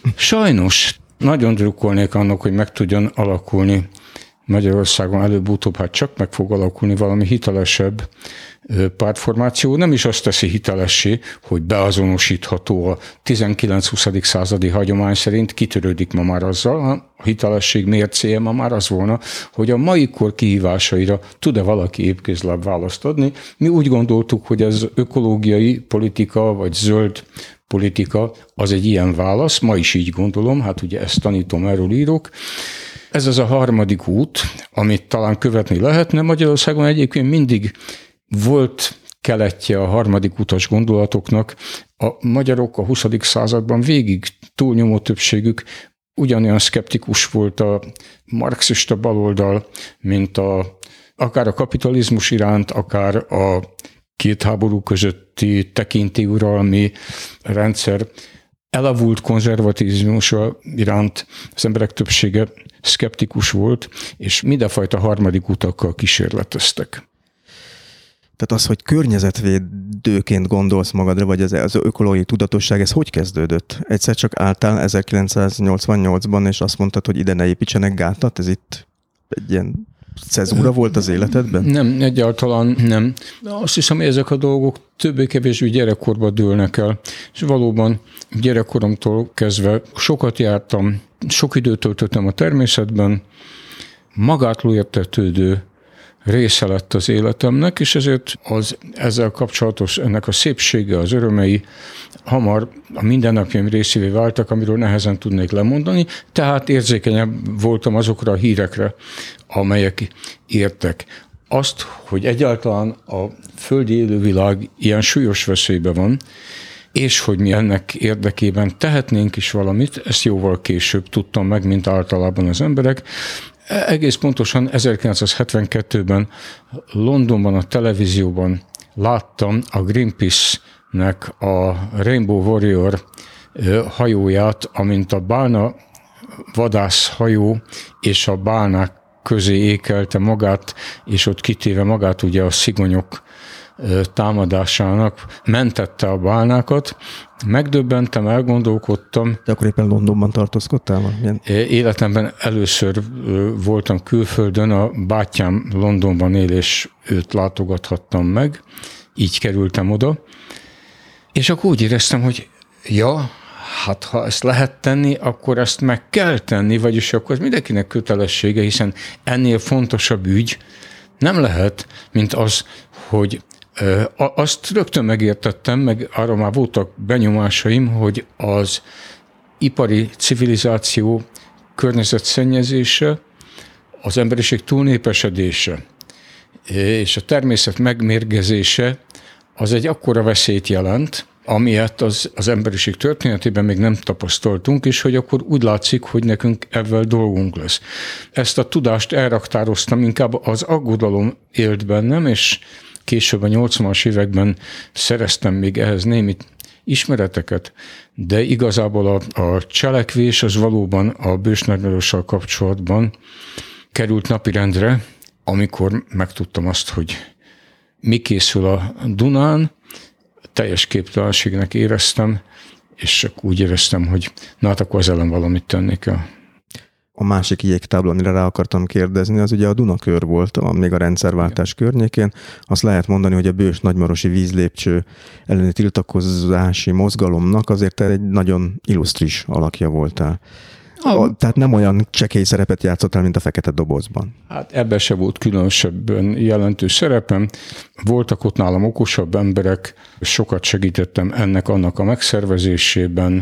Sajnos nagyon drukkolnék annak, hogy meg tudjon alakulni Magyarországon előbb-utóbb, hát csak meg fog alakulni valami hitelesebb pártformáció. Nem is azt teszi hitelessé, hogy beazonosítható a 19-20. századi hagyomány szerint, kitörődik ma már azzal, a hitelesség mércéje ma már az volna, hogy a mai kor kihívásaira tud-e valaki épkézláb választ adni. Mi úgy gondoltuk, hogy ez ökológiai politika, vagy zöld politika, az egy ilyen válasz, ma is így gondolom, hát ugye ezt tanítom, erről írok. Ez az a harmadik út, amit talán követni lehetne. Magyarországon egyébként mindig volt keletje a harmadik utas gondolatoknak. A magyarok a 20. században végig túlnyomó többségük ugyanolyan szkeptikus volt a marxista baloldal, mint akár a kapitalizmus iránt, akár a két háború közötti tekintélyuralmi rendszer elavult konzervatizmusa iránt az emberek többsége szkeptikus volt, és mindenfajta harmadik utakkal kísérleteztek. Tehát az, hogy környezetvédőként gondolsz magadra, vagy az ökológiai tudatosság, ez hogy kezdődött? Egyszer csak álltál 1988-ban, és azt mondtad, hogy ide ne építsenek gátat? Ez itt egy ilyen cezúra volt az életedben? Nem, egyáltalán nem. De azt hiszem, hogy ezek a dolgok többé-kevésbé gyerekkorban dőlnek el. És valóban gyerekkoromtól kezdve sokat jártam, sok időt töltöttem a természetben, magától értetődő része lett az életemnek, és ezért az ezzel kapcsolatos ennek a szépsége, az örömei hamar a mindennapjaim részévé váltak, amiről nehezen tudnék lemondani, tehát érzékenyebb voltam azokra a hírekre, amelyek értek. Azt, hogy egyáltalán a földi élővilág ilyen súlyos veszélyben van, és hogy mi ennek érdekében tehetnénk is valamit, ezt jóval később tudtam meg, mint általában az emberek. Egész pontosan 1972-ben Londonban a televízióban láttam a Greenpeace-nek a Rainbow Warrior hajóját, amint a bálna vadászhajó és a bálnák közé ékelte magát, és ott kitéve magát ugye a szigonyok támadásának mentette a bálnákat. Megdöbbentem, elgondolkodtam. De akkor éppen Londonban tartózkodtál? Életemben először voltam külföldön, a bátyám Londonban él, és őt látogathattam meg. Így kerültem oda. És akkor úgy éreztem, hogy hát ha ezt lehet tenni, akkor ezt meg kell tenni, vagyis akkor ez mindenkinek kötelessége, hiszen ennél fontosabb ügy nem lehet, mint az, hogy azt rögtön megértettem, meg arra már voltak benyomásaim, hogy az ipari civilizáció környezetszennyezése, az emberiség túlnépesedése és a természet megmérgezése az egy akkora veszélyt jelent, amilyet az emberiség történetében még nem tapasztaltunk, és hogy akkor úgy látszik, hogy nekünk ebben dolgunk lesz. Ezt a tudást elraktároztam, inkább az aggodalom élt bennem, és később a 80-as években szereztem még ehhez némi ismereteket, de igazából a cselekvés az valóban a Bős-Nagymarossal kapcsolatban került napirendre, amikor megtudtam azt, hogy mi készül a Dunán, teljes képtelenségnek éreztem, és úgy éreztem, hogy hát akkor az ellen valamit tenni kell. A másik jégtábla, amire rá akartam kérdezni, az ugye a Dunakör volt, még a rendszerváltás környékén. Azt lehet mondani, hogy a Bős-Nagymarosi vízlépcső elleni tiltakozási mozgalomnak azért egy nagyon illusztris alakja voltál. Tehát nem olyan csekély szerepet játszottál, mint a Fekete Dobozban. Hát ebben se volt különösebben jelentős szerepem. Voltak ott nálam okosabb emberek, sokat segítettem annak a megszervezésében,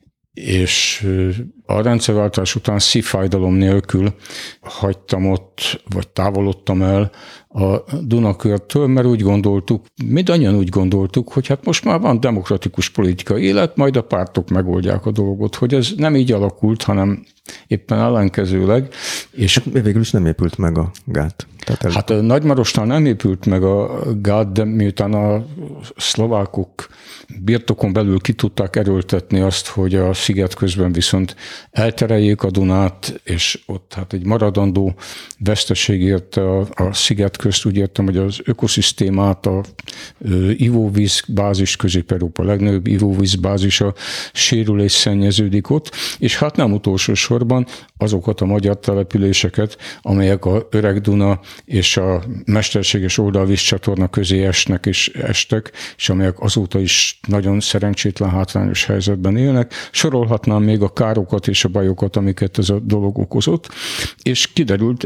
és a rendszerváltás után szívfájdalom nélkül hagytam ott, vagy távolodtam el a Dunakörtől, mert úgy gondoltuk, mindannyian úgy gondoltuk, hogy hát most már van demokratikus politikai élet, majd a pártok megoldják a dolgot, hogy ez nem így alakult, hanem éppen ellenkezőleg. És végül is nem épült meg a gát. Hát Nagymarosnál nem épült meg a gát, de miután a szlovákok birtokon belül ki tudták erőltetni azt, hogy a sziget közben viszont eltereljék a Dunát, és ott hát egy maradandó veszteség érte a sziget közt, úgy értem, hogy az ökoszisztémát, a ivóvízbázis, Közép-Európa legnagyobb ivóvízbázisa sérül és szennyeződik ott, és hát nem utolsó sorban azokat a magyar településeket, amelyek a Öreg Duna és a mesterséges oldalvízcsatorna közé estek, és amelyek azóta is nagyon szerencsétlen, hátrányos helyzetben élnek. Sorolhatnám még a károkat és a bajokat, amiket ez a dolog okozott, és kiderült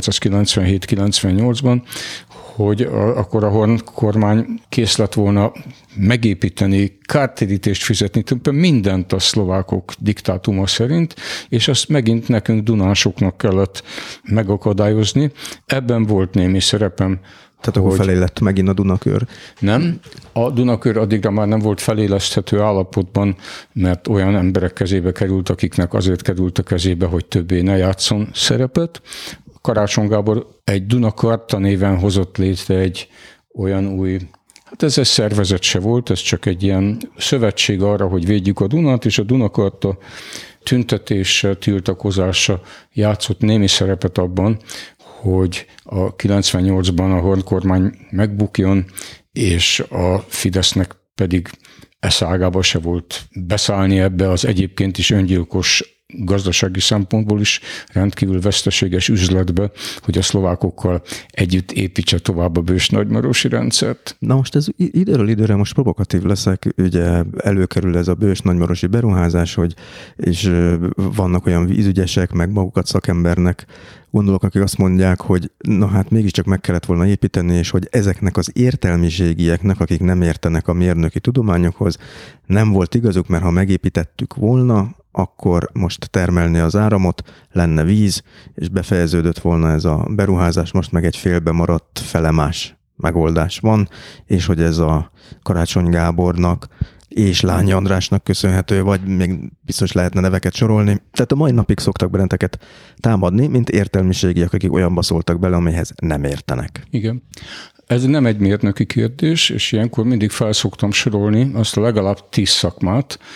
1997-98-ban, hogy akkor a Horn kormány kész lett volna megépíteni, kártérítést fizetni, mindent a szlovákok diktátuma szerint, és azt megint nekünk dunásoknak kellett megakadályozni. Ebben volt némi szerepem. Tehát akkor felé lett megint a Dunakör? Nem. A Dunakör addigra már nem volt feléleszthető állapotban, mert olyan emberek kezébe került, akiknek azért került a kezébe, hogy többé ne játszon szerepet. Karácsony Gábor egy Dunakarta néven hozott létre egy olyan új, hát ez egy szervezet se volt, ez csak egy ilyen szövetség arra, hogy védjük a Dunát, és a Dunakarta tüntetése, tiltakozása játszott némi szerepet abban, hogy a 98-ban a Horn kormány megbukjon, és a Fidesznek pedig eszágába se volt beszállni ebbe az egyébként is öngyilkos, gazdasági szempontból is rendkívül veszteséges üzletbe, hogy a szlovákokkal együtt építse tovább a Bős-Nagymarosi rendszert. Na most ez időről időre, most provokatív leszek, ugye előkerül ez a Bős-Nagymarosi beruházás, és vannak olyan vízügyesek, meg magukat szakembernek gondolok, akik azt mondják, hogy na hát mégiscsak meg kellett volna építeni, és hogy ezeknek az értelmiségieknek, akik nem értenek a mérnöki tudományokhoz, nem volt igazuk, mert ha megépítettük volna, akkor most termelni az áramot, lenne víz, és befejeződött volna ez a beruházás, most meg egy félbe maradt felemás megoldás van, és hogy ez a Karácsony Gábornak és Lányi Andrásnak köszönhető, vagy még biztos lehetne neveket sorolni. Tehát a mai napig szoktak benneteket támadni, mint értelmiségiek, akik olyanba szóltak bele, amelyhez nem értenek. Igen. Ez nem egy mérnöki kérdés, és ilyenkor mindig felszoktam sorolni azt a legalább 10 szakmát,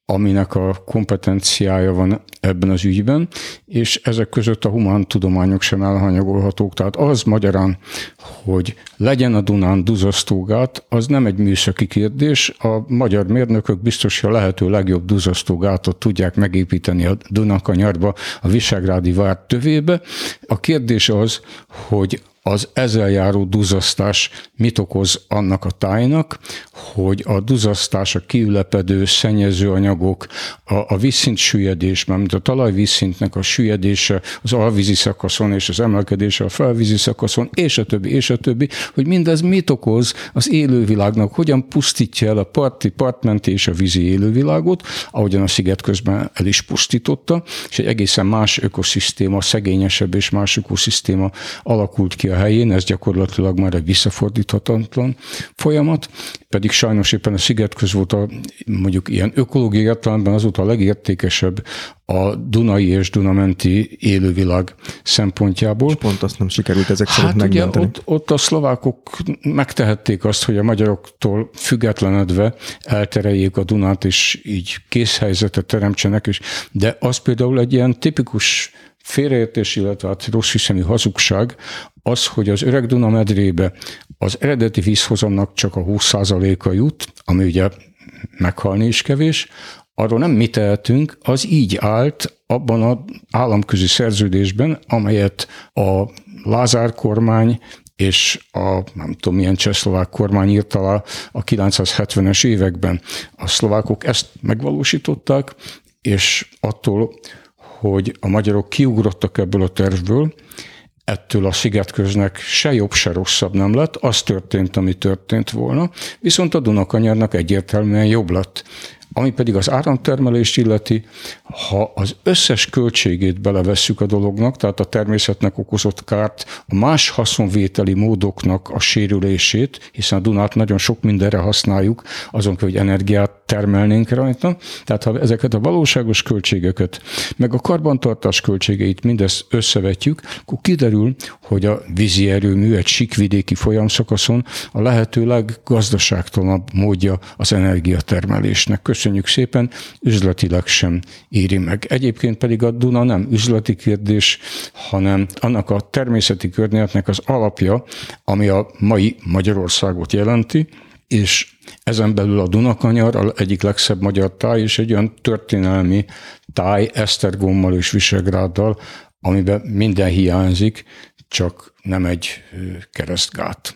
aminek a kompetenciája van ebben az ügyben, és ezek között a humántudományok sem elhanyagolhatók. Tehát az magyarán, hogy legyen a Dunán duzzasztógát, az nem egy műszaki kérdés. A magyar mérnökök biztos, hogy a lehető legjobb duzzasztógátot tudják megépíteni a Dunakanyarba, a Visegrádi vár tövébe. A kérdés az, hogy az ezzel járó duzzasztás mit okoz annak a tájnak, hogy a duzzasztás, a kiülepedő szennyező anyagok, a vízszint süllyedés, mármint a talajvízszintnek a süllyedése az alvízi szakaszon és az emelkedése a felvízi szakaszon, és a többi, hogy mindez mit okoz az élővilágnak, hogyan pusztítja el a partmenti és a vízi élővilágot, ahogyan a sziget közben el is pusztította, és egy egészen más ökoszisztéma, szegényesebb és más ökoszisztéma alakult ki a helyén, ez gyakorlatilag már egy visszafordíthatatlan folyamat, pedig sajnos éppen a szigetköz volt mondjuk ilyen ökológiai értelemben azóta a legértékesebb a dunai és dunamenti élővilág szempontjából. És pont azt nem sikerült ezek szerint megmenteni. Ugye ott a szlovákok megtehették azt, hogy a magyaroktól függetlenedve eltereljék a Dunát, és így készhelyzetet teremtsenek, de az például egy ilyen tipikus félreértés, illetve hát rossz hiszemű hazugság, az, hogy az öreg Duna medrébe az eredeti vízhozamnak csak a 20%-a jut, ami ugye meghalni is kevés, arról nem mi tehetünk, az így állt abban az államközi szerződésben, amelyet a Lázár kormány és a nem tudom milyen csehszlovák kormány írt alá a 970-es években. A szlovákok ezt megvalósították, és attól, hogy a magyarok kiugrottak ebből a tervből, ettől a szigetköznek se jobb, se rosszabb nem lett, az történt, ami történt volna, viszont a Dunakanyarnak egyértelműen jobb lett. Ami pedig az áramtermelést illeti, ha az összes költségét belevesszük a dolognak, tehát a természetnek okozott kárt, a más haszonvételi módoknak a sérülését, hiszen a Dunát nagyon sok mindenre használjuk, azon, hogy energiát termelnénk rajta, tehát ha ezeket a valóságos költségeket, meg a karbantartás költségeit mindezt összevetjük, akkor kiderül, hogy a vízi erőmű egy síkvidéki folyamszakaszon a lehető leggazdaságtalanabb módja az energiatermelésnek. Köszönjük szépen, üzletileg sem éri meg. Egyébként pedig a Duna nem üzleti kérdés, hanem annak a természeti környezetnek az alapja, ami a mai Magyarországot jelenti, és ezen belül a Dunakanyar az egyik legszebb magyar táj, és egy olyan történelmi táj Esztergommal és Visegráddal, amiben minden hiányzik, csak nem egy keresztgát.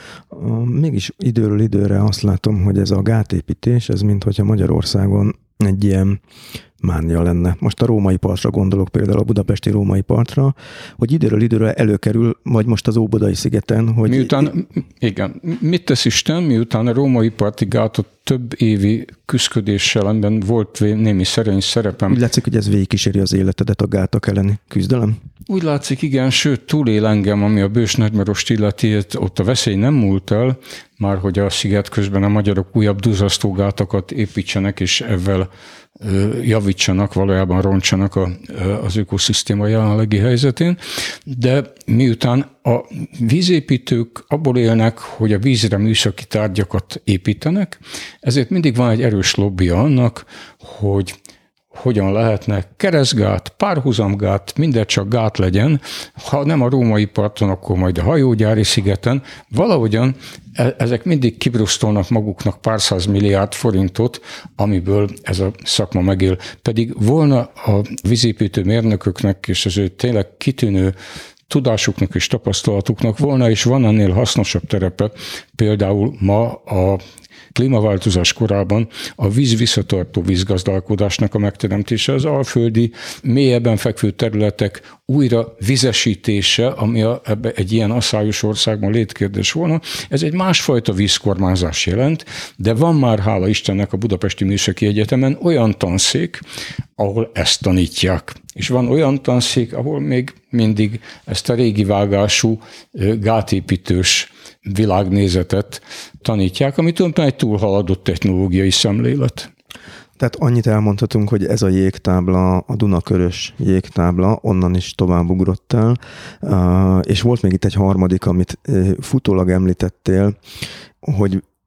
Mégis időről időre azt látom, hogy ez a gátépítés, ez minthogyha Magyarországon egy ilyen mánia lenne. Most a római partra gondolok, például a budapesti római partra, hogy időről időre előkerül, vagy most az Óbudai szigeten, hogy... Igen. Mit tesz Isten, miután a római parti gátot több évi küszködéssel, amiben volt némi szerény szerepem. Úgy látszik, hogy ez végigkíséri az életedet, a gátak elleni küzdelem? Úgy látszik, igen, sőt, túlél engem, ami a Bős Nagymarost illeti, ott a veszély nem múlt el, már hogy a sziget közben a magyarok újabb duzzasztógátakat építsenek, és ezzel javítsanak, valójában roncsanak az ökoszisztéma jelenlegi helyzetén, de miután a vízépítők abból élnek, hogy a vízre műszaki tárgyakat építenek, ezért mindig van egy erős lobbija annak, hogy hogyan lehetne keresztgát, párhuzamgát, mindegy csak gát legyen, ha nem a római parton, akkor majd a hajógyári szigeten. Valahogyan ezek mindig kibrusztolnak maguknak pár százmilliárd forintot, amiből ez a szakma megél. Pedig volna a vízépítő mérnököknek és az ő tényleg kitűnő tudásuknak és tapasztalatuknak volna, és van ennél hasznosabb terepe, például ma a klímaváltozás korában a víz-visszatartó vízgazdálkodásnak a megteremtése, az alföldi, mélyebben fekvő területek újra vizesítése, ami ebbe egy ilyen asszályos országban létkérdés volna. Ez egy másfajta vízkormányzás jelent, de van már, hála Istennek, a Budapesti Műszaki Egyetemen olyan tanszék, ahol ezt tanítják. És van olyan tanszék, ahol még mindig ezt a régi vágású gátépítős világnézetet tanítják, ami tulajdonképpen egy túlhaladott technológiai szemlélet. Tehát annyit elmondhatunk, hogy ez a jégtábla, a Dunakörös jégtábla, onnan is tovább ugrott el, és volt még itt egy harmadik, amit futólag említettél, hogy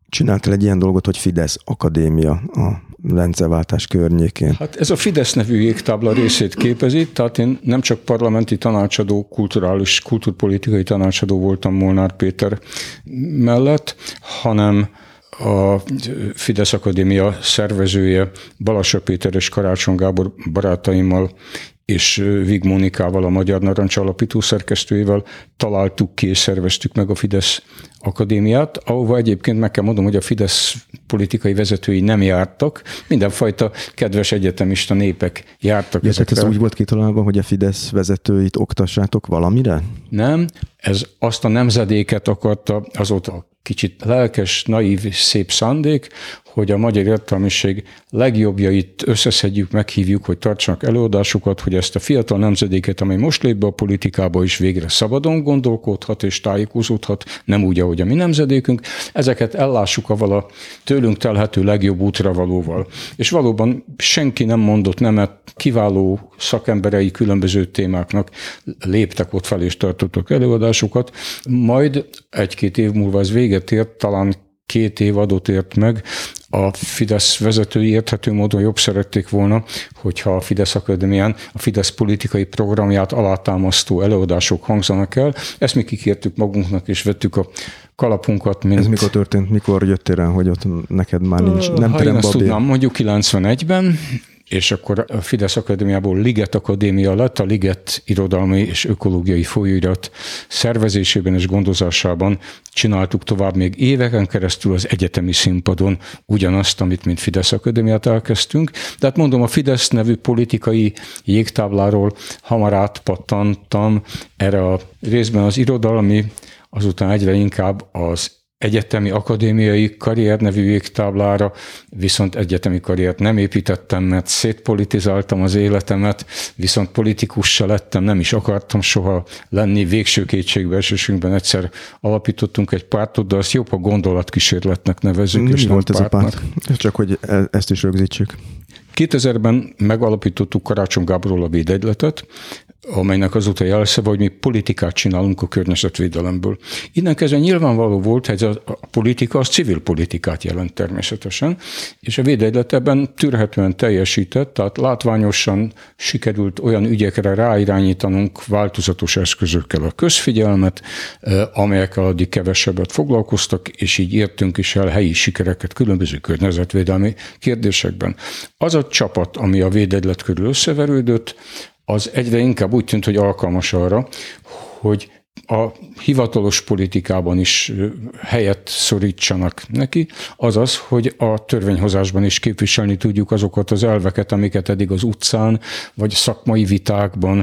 Csináltál egy ilyen dolgot, hogy Fidesz Akadémia a rendszerváltás környékén. Hát ez a Fidesz nevű jégtábla részét képezi, tehát én nem csak parlamenti tanácsadó, kulturpolitikai tanácsadó voltam Molnár Péter mellett, hanem a Fidesz Akadémia szervezője Balassa Péter és Karácsony Gábor barátaimmal és Vig Mónikával, a Magyar Narancs alapító szerkesztőjével találtuk ki és szerveztük meg a Fidesz Akadémiát, ahova egyébként meg kell mondom, hogy a Fidesz politikai vezetői nem jártak, mindenfajta kedves egyetemista népek jártak ezekre. Ez úgy volt kitalálva, hogy a Fidesz vezetőit oktassátok valamire? Nem, ez azt a nemzedéket akarta, azóta kicsit lelkes, naív, szép szándék, hogy a magyar értelmiség legjobbjait összeszedjük, meghívjuk, hogy tartsanak előadásokat, hogy ezt a fiatal nemzedéket, amely most lép be a politikába is végre szabadon gondolkodhat és tájékozódhat, nem úgy, ahogy a mi nemzedékünk, ezeket ellássuk avval a tőlünk telhető legjobb útravalóval. És valóban senki nem mondott nemet, kiváló szakemberei különböző témáknak léptek ott fel és tartottak előadásokat, majd egy-két év múlva ez véget ért, talán 2 évadot ért meg, a Fidesz vezetői érthető módon jobb szerették volna, hogyha a Fidesz Akadémián a Fidesz politikai programját alátámasztó előadások hangzanak el. Ezt mi kikértük magunknak, és vettük a kalapunkat. Ez mikor történt, mikor jöttél rá, hogy ott neked már nincs, nem ha terem én ezt babér? tudnám, mondjuk 91-ben, és akkor a Fidesz Akadémiából Liget Akadémia lett, a Liget irodalmi és ökológiai folyóirat szervezésében és gondozásában csináltuk tovább még éveken keresztül az egyetemi színpadon ugyanazt, amit mint Fidesz Akadémiát elkezdtünk. De hát mondom, a Fidesz nevű politikai jégtábláról hamar átpattantam erre a részben az irodalmi, azután egyre inkább az egyetemi akadémiai karrier nevű jégtáblára, viszont egyetemi karriert nem építettem, mert szétpolitizáltam az életemet, viszont politikus se lettem, nem is akartam soha lenni, végső kétségbeesésünkben egyszer alapítottunk egy pártot, de azt jobb, ha gondolatkísérletnek nevezzük, és nem volt ez pártnak. a párt? Csak hogy ezt is rögzítsük. 2000-ben megalapítottuk Karácsony Gáborról a Védegyletet, amelynek azóta jelszava, hogy mi politikát csinálunk a környezetvédelemből. Innen kezdve nyilvánvaló volt, hogy a politika az civil politikát jelent természetesen, és a Védegylet ebben tűrhetően teljesített, tehát látványosan sikerült olyan ügyekre ráirányítanunk változatos eszközökkel a közfigyelmet, amelyekkel addig kevesebbet foglalkoztak, és így értünk is el helyi sikereket különböző környezetvédelmi kérdésekben. Az a csapat, ami a Védegylet körül összeverődött, az egyre inkább úgy tűnt, hogy alkalmas arra, hogy a hivatalos politikában is helyet szorítsanak neki, azaz, hogy a törvényhozásban is képviselni tudjuk azokat az elveket, amiket eddig az utcán, vagy szakmai vitákban,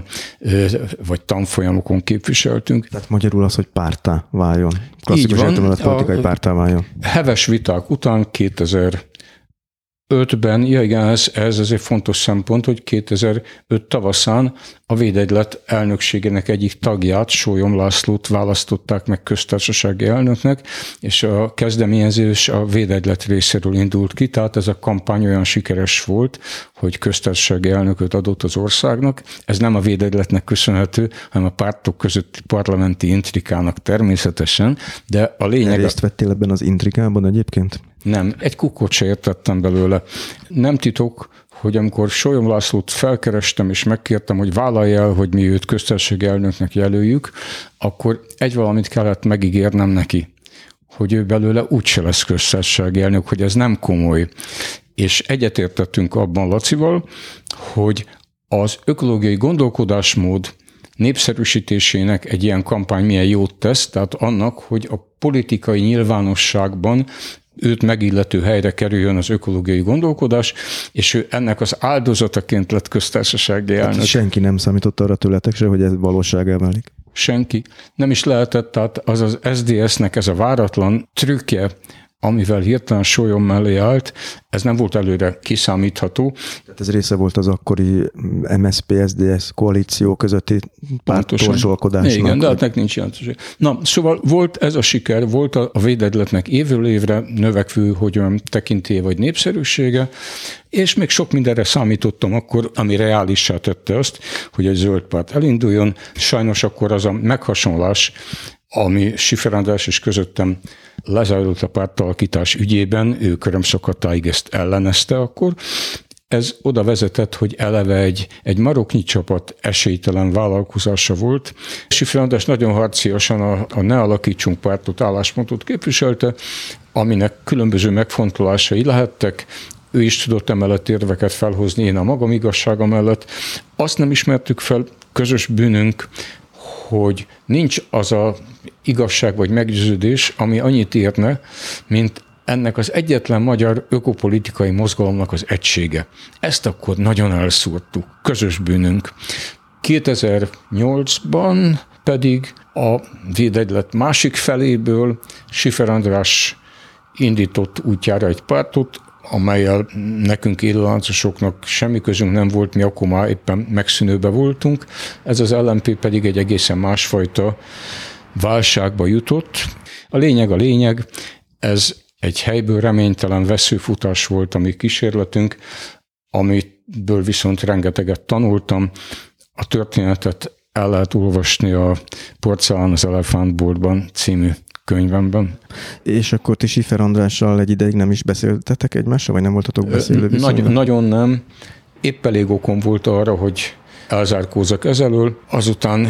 vagy tanfolyamokon képviseltünk. Tehát magyarul az, hogy párttá váljon. Klasszikus értelemben politikai párttá váljon. Heves viták után 2005-ben, ez azért fontos szempont, hogy 2005 tavaszán a Védegylet elnökségének egyik tagját, Sólyom Lászlót választották meg köztársasági elnöknek, és a kezdeményezés a Védegylet részéről indult ki, tehát ez a kampány olyan sikeres volt, hogy köztársasági elnököt adott az országnak. Ez nem a Védegyletnek köszönhető, hanem a pártok közötti parlamenti intrikának természetesen, de a lényeg... Részt vettél ebben az intrikában egyébként? Nem, egy kukkot se értettem belőle. Nem titok, hogy amikor Sólyom Lászlót felkerestem és megkértem, hogy vállalja el, hogy mi őt köztársasági elnöknek jelöljük, akkor egy valamit kellett megígérnem neki, hogy ő belőle úgyse lesz köztársasági elnök, hogy ez nem komoly. És egyetértettünk abban Lacival, hogy az ökológiai gondolkodásmód népszerűsítésének egy ilyen kampány milyen jót tesz, tehát annak, hogy a politikai nyilvánosságban őt megillető helyre kerüljön az ökológiai gondolkodás, és ő ennek az áldozataként lett köztársasági elnök. Hát senki nem számított arra tőletek se, hogy ez valósággá válik? Senki. Nem is lehetett, tehát az az SZDSZ-nek ez a váratlan trükkje, amivel hirtelen Sólyom mellé állt, ez nem volt előre kiszámítható. Tehát ez része volt az akkori MSZP-SZDSZ koalíció közötti pártorzsolkodásnak. Igen, de hát nincs jelentőség. Na, szóval volt ez a siker, volt a Védegyletnek évről évre növekvő, hogy olyan tekintélye vagy népszerűsége, és még sok mindenre számítottam akkor, ami reálissá tette azt, hogy egy zöld párt elinduljon. Sajnos akkor az a meghasonlás ami Schiffer András és közöttem lezajlott a pártalakítás ügyében, ő körömszakadtáig ezt ellenezte akkor. Ez oda vezetett, hogy eleve egy maroknyi csapat esélytelen vállalkozása volt. Schiffer András nagyon harciasan a Ne alakítsunk pártot álláspontot képviselte, aminek különböző megfontolásai lehettek. Ő is tudott emellett érveket felhozni, én a magam igazsága mellett. Azt nem ismertük fel, közös bűnünk, hogy nincs az a igazság vagy meggyőződés, ami annyit érne, mint ennek az egyetlen magyar ökopolitikai mozgalomnak az egysége. Ezt akkor nagyon elszúrtuk, közös bűnünk. 2008-ban pedig a Védegylet másik feléből Schiffer András indított útjára egy pártot, amellyel nekünk élőláncosoknak semmi közünk nem volt, mi akkor már éppen megszűnőbe voltunk. Ez az LMP pedig egy egészen másfajta válságba jutott. A lényeg, ez egy helyből reménytelen veszőfutás volt a mi kísérletünk, amiből viszont rengeteget tanultam. A történetet el lehet olvasni a Porcelán az elefántboltban című könyvemben. És akkor ti Schiffer Andrással egy ideig nem is beszéltetek egymással, vagy nem voltatok beszélő viszonyban? Nagyon nem. Épp elég okom volt arra, hogy elzárkózzak ezelől. Azután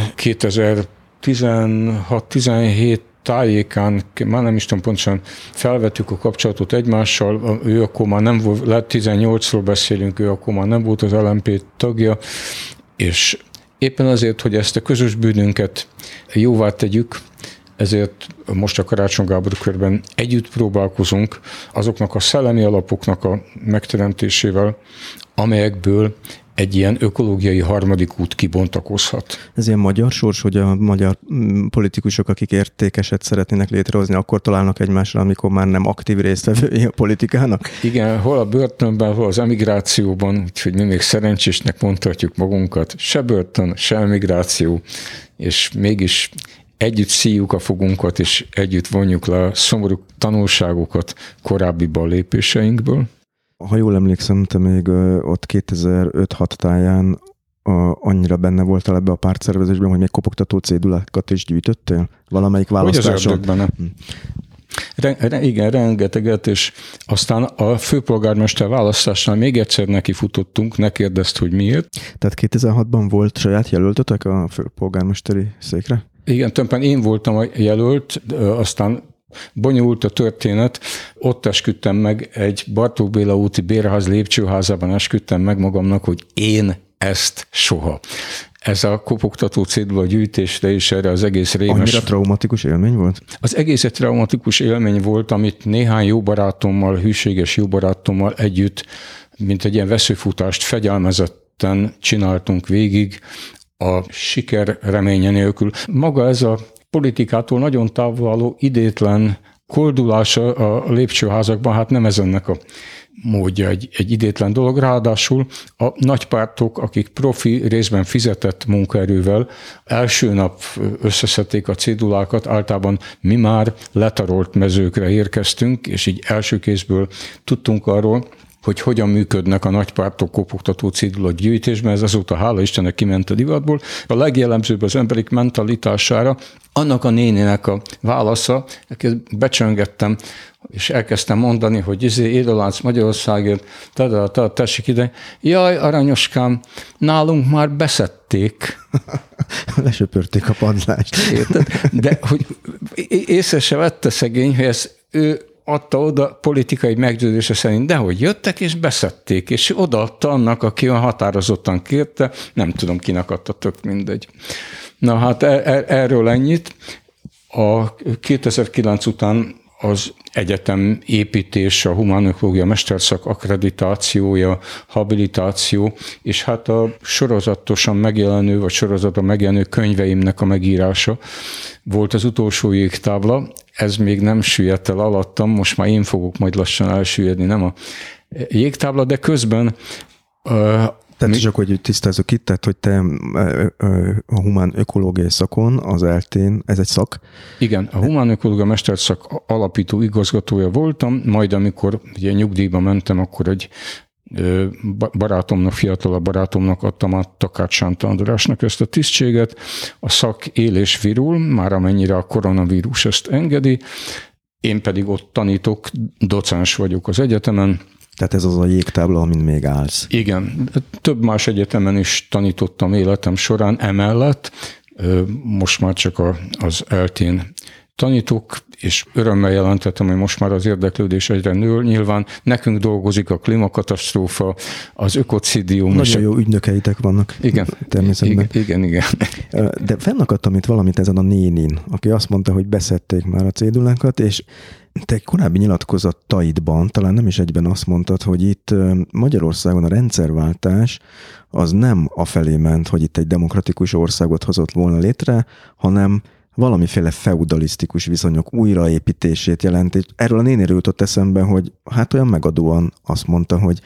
2016-17 tájékán, már nem is tudom pontosan, felvettük a kapcsolatot egymással, ő akkor már nem volt, lehet 18-ról beszélünk, ő akkor már nem volt az LMP tagja, és éppen azért, hogy ezt a közös bűnünket jóvá tegyük, ezért most a Karácsony Gábor körben együtt próbálkozunk azoknak a szellemi alapoknak a megteremtésével, amelyekből egy ilyen ökológiai harmadik út kibontakozhat. Ez ilyen magyar sors, hogy a magyar politikusok, akik értékeset szeretnének létrehozni, akkor találnak egymásra, amikor már nem aktív résztvevői a politikának? Igen, hol a börtönben, hol az emigrációban, úgyhogy mi még szerencsésnek mondhatjuk magunkat. Se börtön, se emigráció, és mégis együtt szíjuk a fogunkat, és együtt vonjuk le a szomorú tanulságokat korábbi ballépéseinkből. Ha jól emlékszem, te még ott 2005-6 táján annyira benne voltál ebbe a pártszervezésben, hogy még kopogtató cédulákat is gyűjtöttél? Valamelyik választáson? Hogy az igen, rengeteget, és aztán a főpolgármester választásnál még egyszer nekifutottunk, ne kérdezd, hogy miért. Tehát 2006-ban volt saját jelöltötek a főpolgármesteri székre? Igen, többen én voltam a jelölt, aztán bonyolult a történet, ott esküdtem meg, egy Bartók Béla úti bérház lépcsőházában esküdtem meg magamnak, hogy én ezt soha. Ez a kopogtató cédula gyűjtésre és erre az egész rémes... Annyira traumatikus élmény volt? Az egész egy traumatikus élmény volt, amit néhány jó barátommal, hűséges jó barátommal együtt, mint egy ilyen veszőfutást fegyelmezetten csináltunk végig, a siker reménye nélkül. Maga ez a politikától nagyon távol álló idétlen koldulása a lépcsőházakban, hát nem ez ennek a módja, egy idétlen dolog. Ráadásul a nagypártok, akik profi részben fizetett munkaerővel első nap összeszedték a cédulákat, általában mi már letarolt mezőkre érkeztünk, és így első kézből tudtunk arról, hogy hogyan működnek a nagypártok kopogtató cédula gyűjtésben, ez azóta hála Istennek kiment a divatból. A legjellemzőbb az emberek mentalitására, annak a nénének a válasza, becsöngettem, és elkezdtem mondani, hogy Élőlánc Magyarországért, tessék ide, jaj, aranyoskám, nálunk már beszedték. Lesöpörték a padlást. Érted? De hogy észre se vette szegény, hogy ez ő adta oda politikai meggyőzése szerint, de hogy jöttek és beszedték, és odaadta annak, aki olyan határozottan kérte, nem tudom kinek adta, tök mindegy. Na hát erről ennyit. A 2009 után az egyetem építés, a humánökológia mesterszak akkreditációja, habilitáció, és hát a sorozatosan megjelenő, vagy sorozatban megjelenő könyveimnek a megírása volt az utolsó jégtábla. Ez még nem süllyedt el alattam, most már én fogok majd lassan elsüllyedni, nem a jégtábla, de közben... Tehát csak, hogy tisztázzuk itt, tehát, hogy te a humán ökológiai szakon, az ELTÉN, ez egy szak? Igen, a humán ökológia mesterszak alapító igazgatója voltam, majd amikor ugye nyugdíjba mentem, akkor egy barátomnak, fiatalabb barátomnak adtam át Takács Sánta Andrásnak ezt a tisztséget. A szak él és virul, már amennyire a koronavírus ezt engedi. Én pedig ott tanítok, docens vagyok az egyetemen. Tehát ez az a jégtábla, amin még állsz. Igen, több más egyetemen is tanítottam életem során emellett. Most már csak az ELTÉN tanítok, és örömmel jelentettem, hogy most már az érdeklődés egyre nő. Nyilván nekünk dolgozik a klímakatasztrófa, az ökocidium. Nagyon jó ügynökeitek vannak. Igen. Természetesen. Igen. De fennakadtam itt valamit ezen a nénin, aki azt mondta, hogy beszedték már a cédulákat, és te egy korábbi nyilatkozataidban, talán nem is egyben azt mondtad, hogy itt Magyarországon a rendszerváltás az nem afelé ment, hogy itt egy demokratikus országot hozott volna létre, hanem valamiféle feudalisztikus viszonyok újraépítését jelent. Erről a néniről jutott eszembe, hogy hát olyan megadóan azt mondta, hogy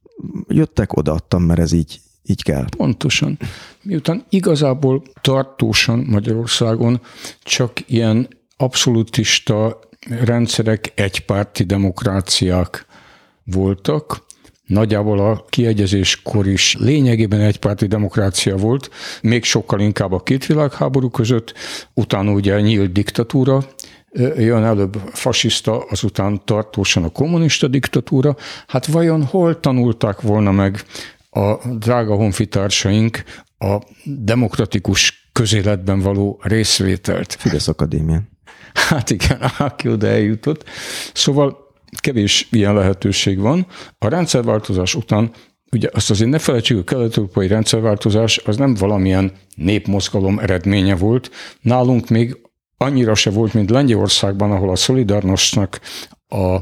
jöttek, odaadtam, mert ez így kell. Pontosan. Miután igazából tartósan Magyarországon csak ilyen abszolutista rendszerek, egypárti demokráciák voltak, nagyjából a kiegyezéskor is lényegében egypárti demokrácia volt, még sokkal inkább a két világháború között, utána ugye nyílt diktatúra, jön előbb fasiszta, azután tartósan a kommunista diktatúra. Hát vajon hol tanulták volna meg a drága honfitársaink a demokratikus közéletben való részvételt? Fidesz Akadémián. Hát igen, aki oda eljutott. Szóval kevés ilyen lehetőség van. A rendszerváltozás után, ugye azt azért ne felejtsük, a kelet-európai rendszerváltozás az nem valamilyen népmozgalom eredménye volt. Nálunk még annyira se volt, mint Lengyelországban, ahol a Solidarnosnak a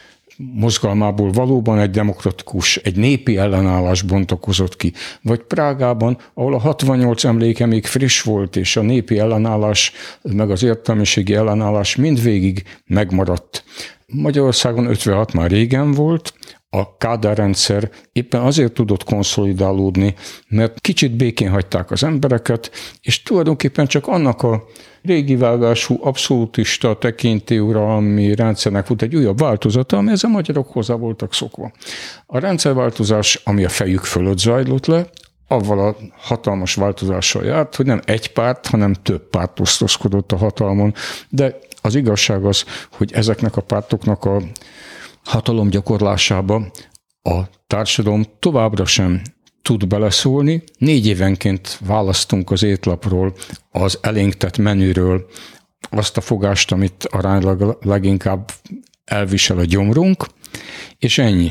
mozgalmából valóban egy demokratikus, egy népi ellenállás bontakozott ki. Vagy Prágában, ahol a 68 emléke még friss volt, és a népi ellenállás, meg az értelmiségi ellenállás mindvégig megmaradt. Magyarországon 56 már régen volt, a Kádár rendszer éppen azért tudott konszolidálódni, mert kicsit békén hagyták az embereket, és tulajdonképpen csak annak a régi vágású abszolútista tekintélyuralmi rendszernek volt egy újabb változata, amihez a magyarok hozzá voltak szokva. A rendszerváltozás, ami a fejük fölött zajlott le, avval a hatalmas változással járt, hogy nem egy párt, hanem több párt osztozkodott a hatalmon, de az igazság az, hogy ezeknek a pártoknak a hatalom gyakorlásába a társadalom továbbra sem tud beleszólni. 4 évenként választunk az étlapról, az elénk tett menüről azt a fogást, amit aránylag leginkább elvisel a gyomrunk, és ennyi.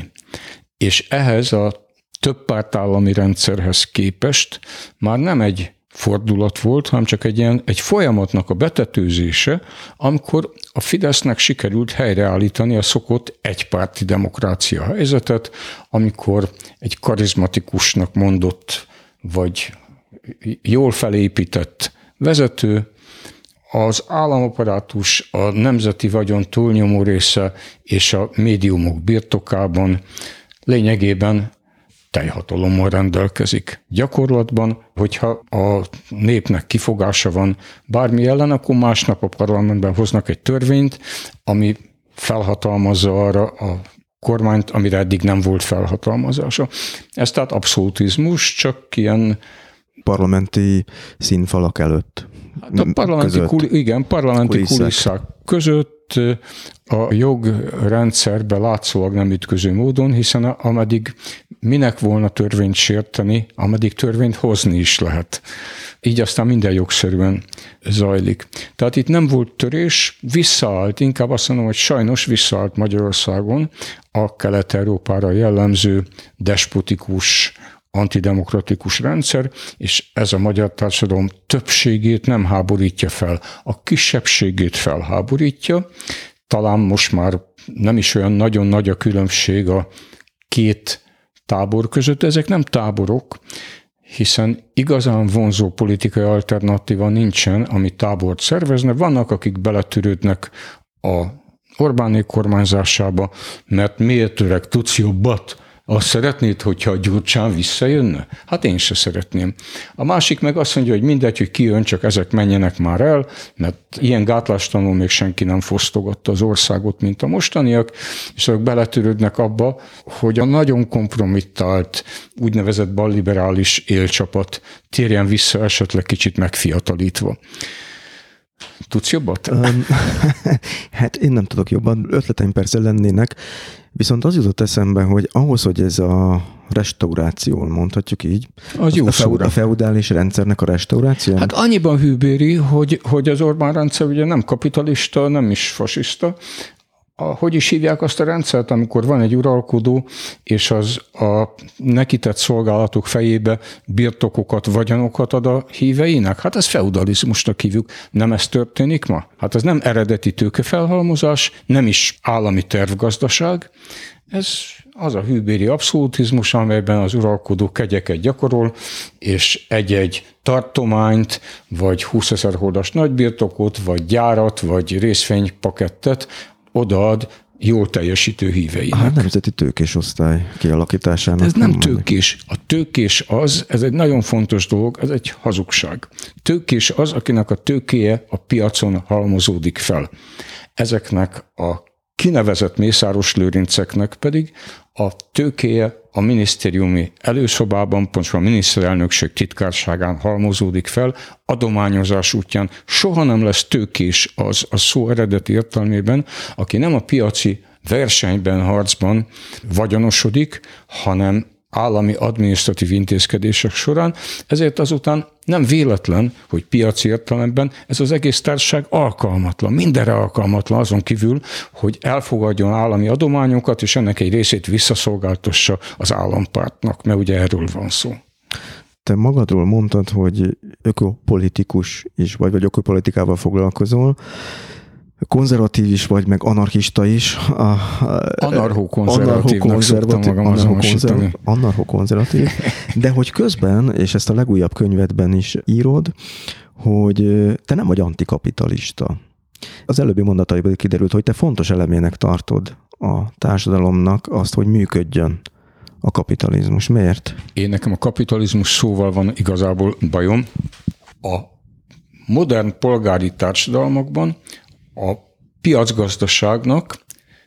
És ehhez a több pártállami rendszerhez képest már nem egy fordulat volt, hanem csak egy folyamatnak a betetőzése, amikor a Fidesznek sikerült helyreállítani a szokott egypárti demokrácia helyzetet, amikor egy karizmatikusnak mondott, vagy jól felépített vezető, az államaparátus, a nemzeti vagyon túlnyomó része és a médiumok birtokában lényegében teljhatalommal rendelkezik. Gyakorlatban, hogyha a népnek kifogása van bármi ellen, akkor másnap a parlamentben hoznak egy törvényt, ami felhatalmazza arra a kormányt, amire eddig nem volt felhatalmazása. Ez tehát abszolutizmus, csak ilyen parlamenti színfalak előtt. Hát a parlamenti kulisszák között a jogrendszerbe látszólag nem ütköző módon, hiszen ameddig minek volna törvényt sérteni, ameddig törvényt hozni is lehet. Így aztán minden jogszerűen zajlik. Tehát itt nem volt törés, visszaállt, inkább azt mondom, hogy sajnos visszaállt Magyarországon a Kelet-Európára jellemző despotikus, antidemokratikus rendszer, és ez a magyar társadalom többségét nem háborítja fel, a kisebbségét felháborítja. Talán most már nem is olyan nagyon nagy a különbség a két tábor között. Ezek nem táborok, hiszen igazán vonzó politikai alternatíva nincsen, ami tábort szervezne. Vannak, akik beletörődnek a Orbánék kormányzásába, mert miért öreg, tudsz jobbat? Azt szeretnéd, hogyha a Gyurcsány visszajönne? Hát én se szeretném. A másik meg azt mondja, hogy mindegy, hogy ki jön, csak ezek menjenek már el, mert ilyen gátlástalanul még senki nem fosztogatta az országot, mint a mostaniak, és azok beletörődnek abba, hogy a nagyon kompromittált, úgynevezett balliberális élcsapat térjen vissza esetleg kicsit megfiatalítva. Tudsz jobbat? Hát én nem tudok jobban. Ötleteim persze lennének, viszont az jutott eszembe, hogy ahhoz, hogy ez a restauráció, mondhatjuk így, az jó a feudális rendszernek a restauráció? Hát annyiban hűbéri, hogy az Orbán rendszer ugye nem kapitalista, nem is fasiszta. Hogy is hívják azt a rendszert, amikor van egy uralkodó, és az a neki tett szolgálatok fejébe birtokokat, vagyonokat ad a híveinek? Hát ez feudalizmusnak hívjuk. Nem ez történik ma? Hát ez nem eredeti tőkefelhalmozás, nem is állami tervgazdaság. Ez az a hűbéri abszolutizmus, amelyben az uralkodó kegyeket gyakorol, és egy-egy tartományt, vagy 20 000 hordas nagybirtokot, vagy gyárat, vagy részvénypakettet odaad jól teljesítő híveinek. A nemzeti tőkés osztály kialakításának. Ez nem tőkés. A tőkés ez egy nagyon fontos dolog, ez egy hazugság. Tőkés az, akinek a tőkéje a piacon halmozódik fel. Ezeknek a kinevezett Mészáros Lőrinceknek pedig a tőkéje a minisztériumi előszobában, pontosabban a miniszterelnökség titkárságán halmozódik fel, adományozás útján. Soha nem lesz tőkés az a szó eredeti értelmében, aki nem a piaci versenyben, harcban vagyonosodik, hanem állami adminisztratív intézkedések során, ezért azután nem véletlen, hogy piaci értelemben ez az egész társaság alkalmatlan, mindenre alkalmatlan, azon kívül, hogy elfogadjon állami adományokat, és ennek egy részét visszaszolgáltassa az állampártnak, mert ugye erről van szó. Te magadról mondtad, hogy ökopolitikus is vagy ökopolitikával foglalkozol, konzervatív is vagy, meg anarchista is. Anarcho-konzervatívnak szoktam magam azonosítani. Anarcho-konzervatív. De hogy közben, és ezt a legújabb könyvedben is írod, hogy te nem vagy antikapitalista. Az előbbi mondataiból kiderült, hogy te fontos elemének tartod a társadalomnak azt, hogy működjön a kapitalizmus. Miért? Nekem a kapitalizmus szóval van igazából bajom. A modern polgári társadalmakban a piacgazdaságnak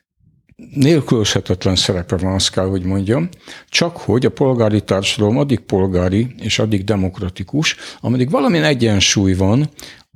nélkülözhetetlen szerepe van, azt kell, hogy mondjam, csak hogy a polgári társadalom addig polgári és addig demokratikus, ameddig valamilyen egyensúly van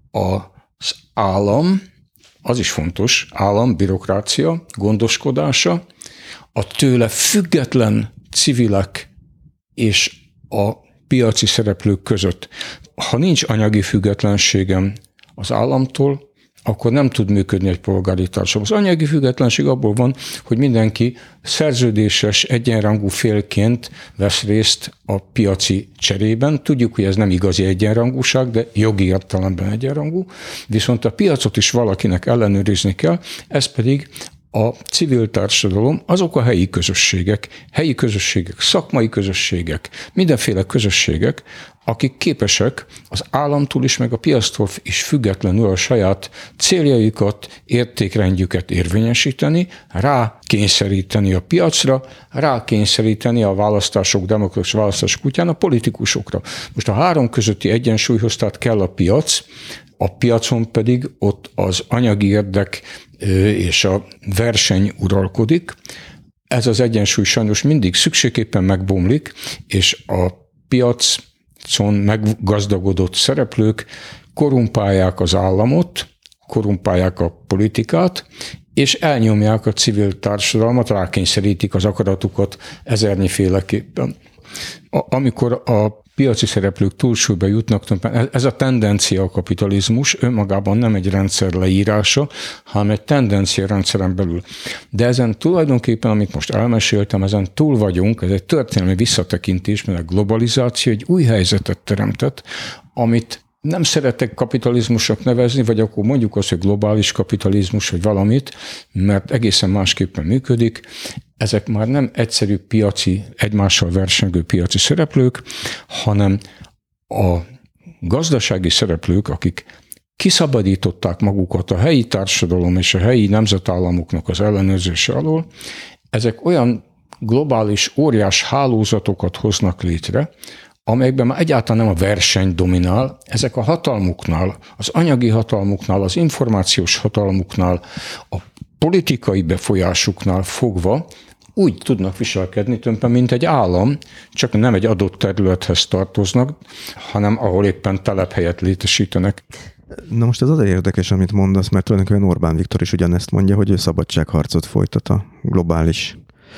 az állam, az is fontos, állam, bürokrácia, gondoskodása, a tőle független civilek és a piaci szereplők között. Ha nincs anyagi függetlenségem az államtól, akkor nem tud működni egy polgári társadalom. Az anyagi függetlenség abból van, hogy mindenki szerződéses, egyenrangú félként vesz részt a piaci cserében. Tudjuk, hogy ez nem igazi egyenrangúság, de jogi értelemben egyenrangú. Viszont a piacot is valakinek ellenőrizni kell, ez pedig a civil társadalom, azok a helyi közösségek, szakmai közösségek, mindenféle közösségek, akik képesek az államtól is, meg a piactól is függetlenül a saját céljaikat, értékrendjüket érvényesíteni, rákényszeríteni a piacra, rákényszeríteni a választások, demokratikus választások útján a politikusokra. Most a három közötti egyensúlyhoz tehát kell a piacon pedig ott az anyagi érdek és a verseny uralkodik. Ez az egyensúly sajnos mindig szükségképpen megbomlik, és a piacon meggazdagodott szereplők korrumpálják az államot, korrumpálják a politikát, és elnyomják a civil társadalmat, rákényszerítik az akaratukat ezernyi-féleképpen. Amikor a piaci szereplők túlsúlyba jutnak, ez a tendencia a kapitalizmus önmagában nem egy rendszer leírása, hanem egy tendencia rendszeren belül. De ezen tulajdonképpen, amit most elmeséltem, ezen túl vagyunk, ez egy történelmi visszatekintés, mert a globalizáció egy új helyzetet teremtett, amit nem szeretek kapitalizmusnak nevezni, vagy akkor mondjuk azt, hogy globális kapitalizmus, vagy valamit, mert egészen másképpen működik. Ezek már nem egyszerű piaci, egymással versengő piaci szereplők, hanem a gazdasági szereplők, akik kiszabadították magukat a helyi társadalom és a helyi nemzetállamoknak az ellenőrzése alól, ezek olyan globális óriás hálózatokat hoznak létre, amelyekben már egyáltalán nem a verseny dominál, ezek a hatalmuknál, az anyagi hatalmuknál, az információs hatalmuknál, a politikai befolyásuknál fogva úgy tudnak viselkedni tulajdonképpen, mint egy állam, csak nem egy adott területhez tartoznak, hanem ahol éppen telephelyet létesítenek. Na most ez azért érdekes, amit mondasz, mert tulajdonképpen Orbán Viktor is ugyanezt mondja, hogy ő szabadságharcot folytat a globális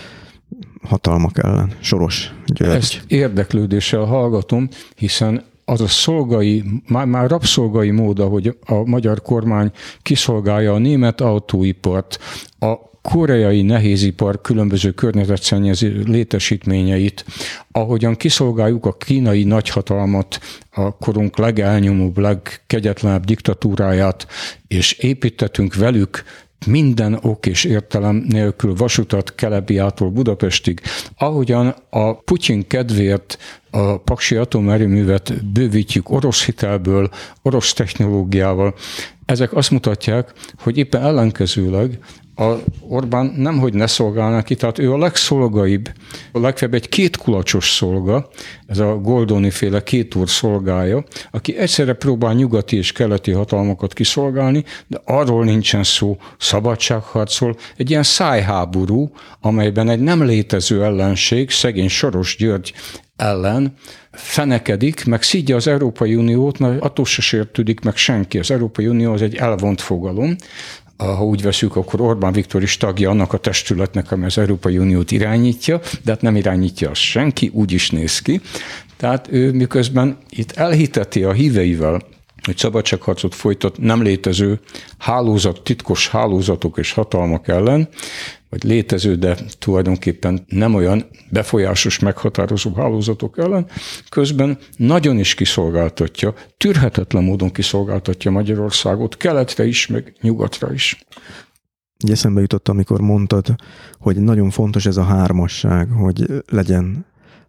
hatalmak ellen. Soros György. Ezt érdeklődéssel hallgatom, hiszen az a szolgai, már rabszolgai mód, ahogy a magyar kormány kiszolgálja a német autóipart, a koreai nehézipar különböző környezetszennyező létesítményeit, ahogyan kiszolgáljuk a kínai nagyhatalmat, a korunk legelnyomóbb, legkegyetlenebb diktatúráját, és építettünk velük minden ok és értelem nélkül vasutat Kelebiától Budapestig, ahogyan a Putyin kedvéért a paksi atomerőművet bővítjük orosz hitelből, orosz technológiával. Ezek azt mutatják, hogy éppen ellenkezőleg a Orbán nemhogy ne szolgálná ki, tehát ő a legszolgaibb, a legfeljebb egy kétkulacsos szolga, ez a Goldoni-féle kétúr szolgája, aki egyszerre próbál nyugati és keleti hatalmakat kiszolgálni, de arról nincsen szó, szabadságharcol, egy ilyen szájháború, amelyben egy nem létező ellenség, szegény Soros György ellen fenekedik, meg szídja az Európai Uniót, mert attól se sértődik meg senki. Az Európai Unió az egy elvont fogalom. Ha úgy veszük, akkor Orbán Viktor is tagja annak a testületnek, ami az Európai Uniót irányítja, de hát nem irányítja azt senki, úgy is néz ki. Tehát ő miközben itt elhiteti a híveivel, hogy szabadságharcot folytat nem létező hálózat, titkos hálózatok és hatalmak ellen, vagy létező, de tulajdonképpen nem olyan befolyásos, meghatározó hálózatok ellen, közben nagyon is kiszolgáltatja, tűrhetetlen módon kiszolgáltatja Magyarországot, keletre is, meg nyugatra is. Így eszembe jutott, amikor mondtad, hogy nagyon fontos ez a hármasság, hogy legyen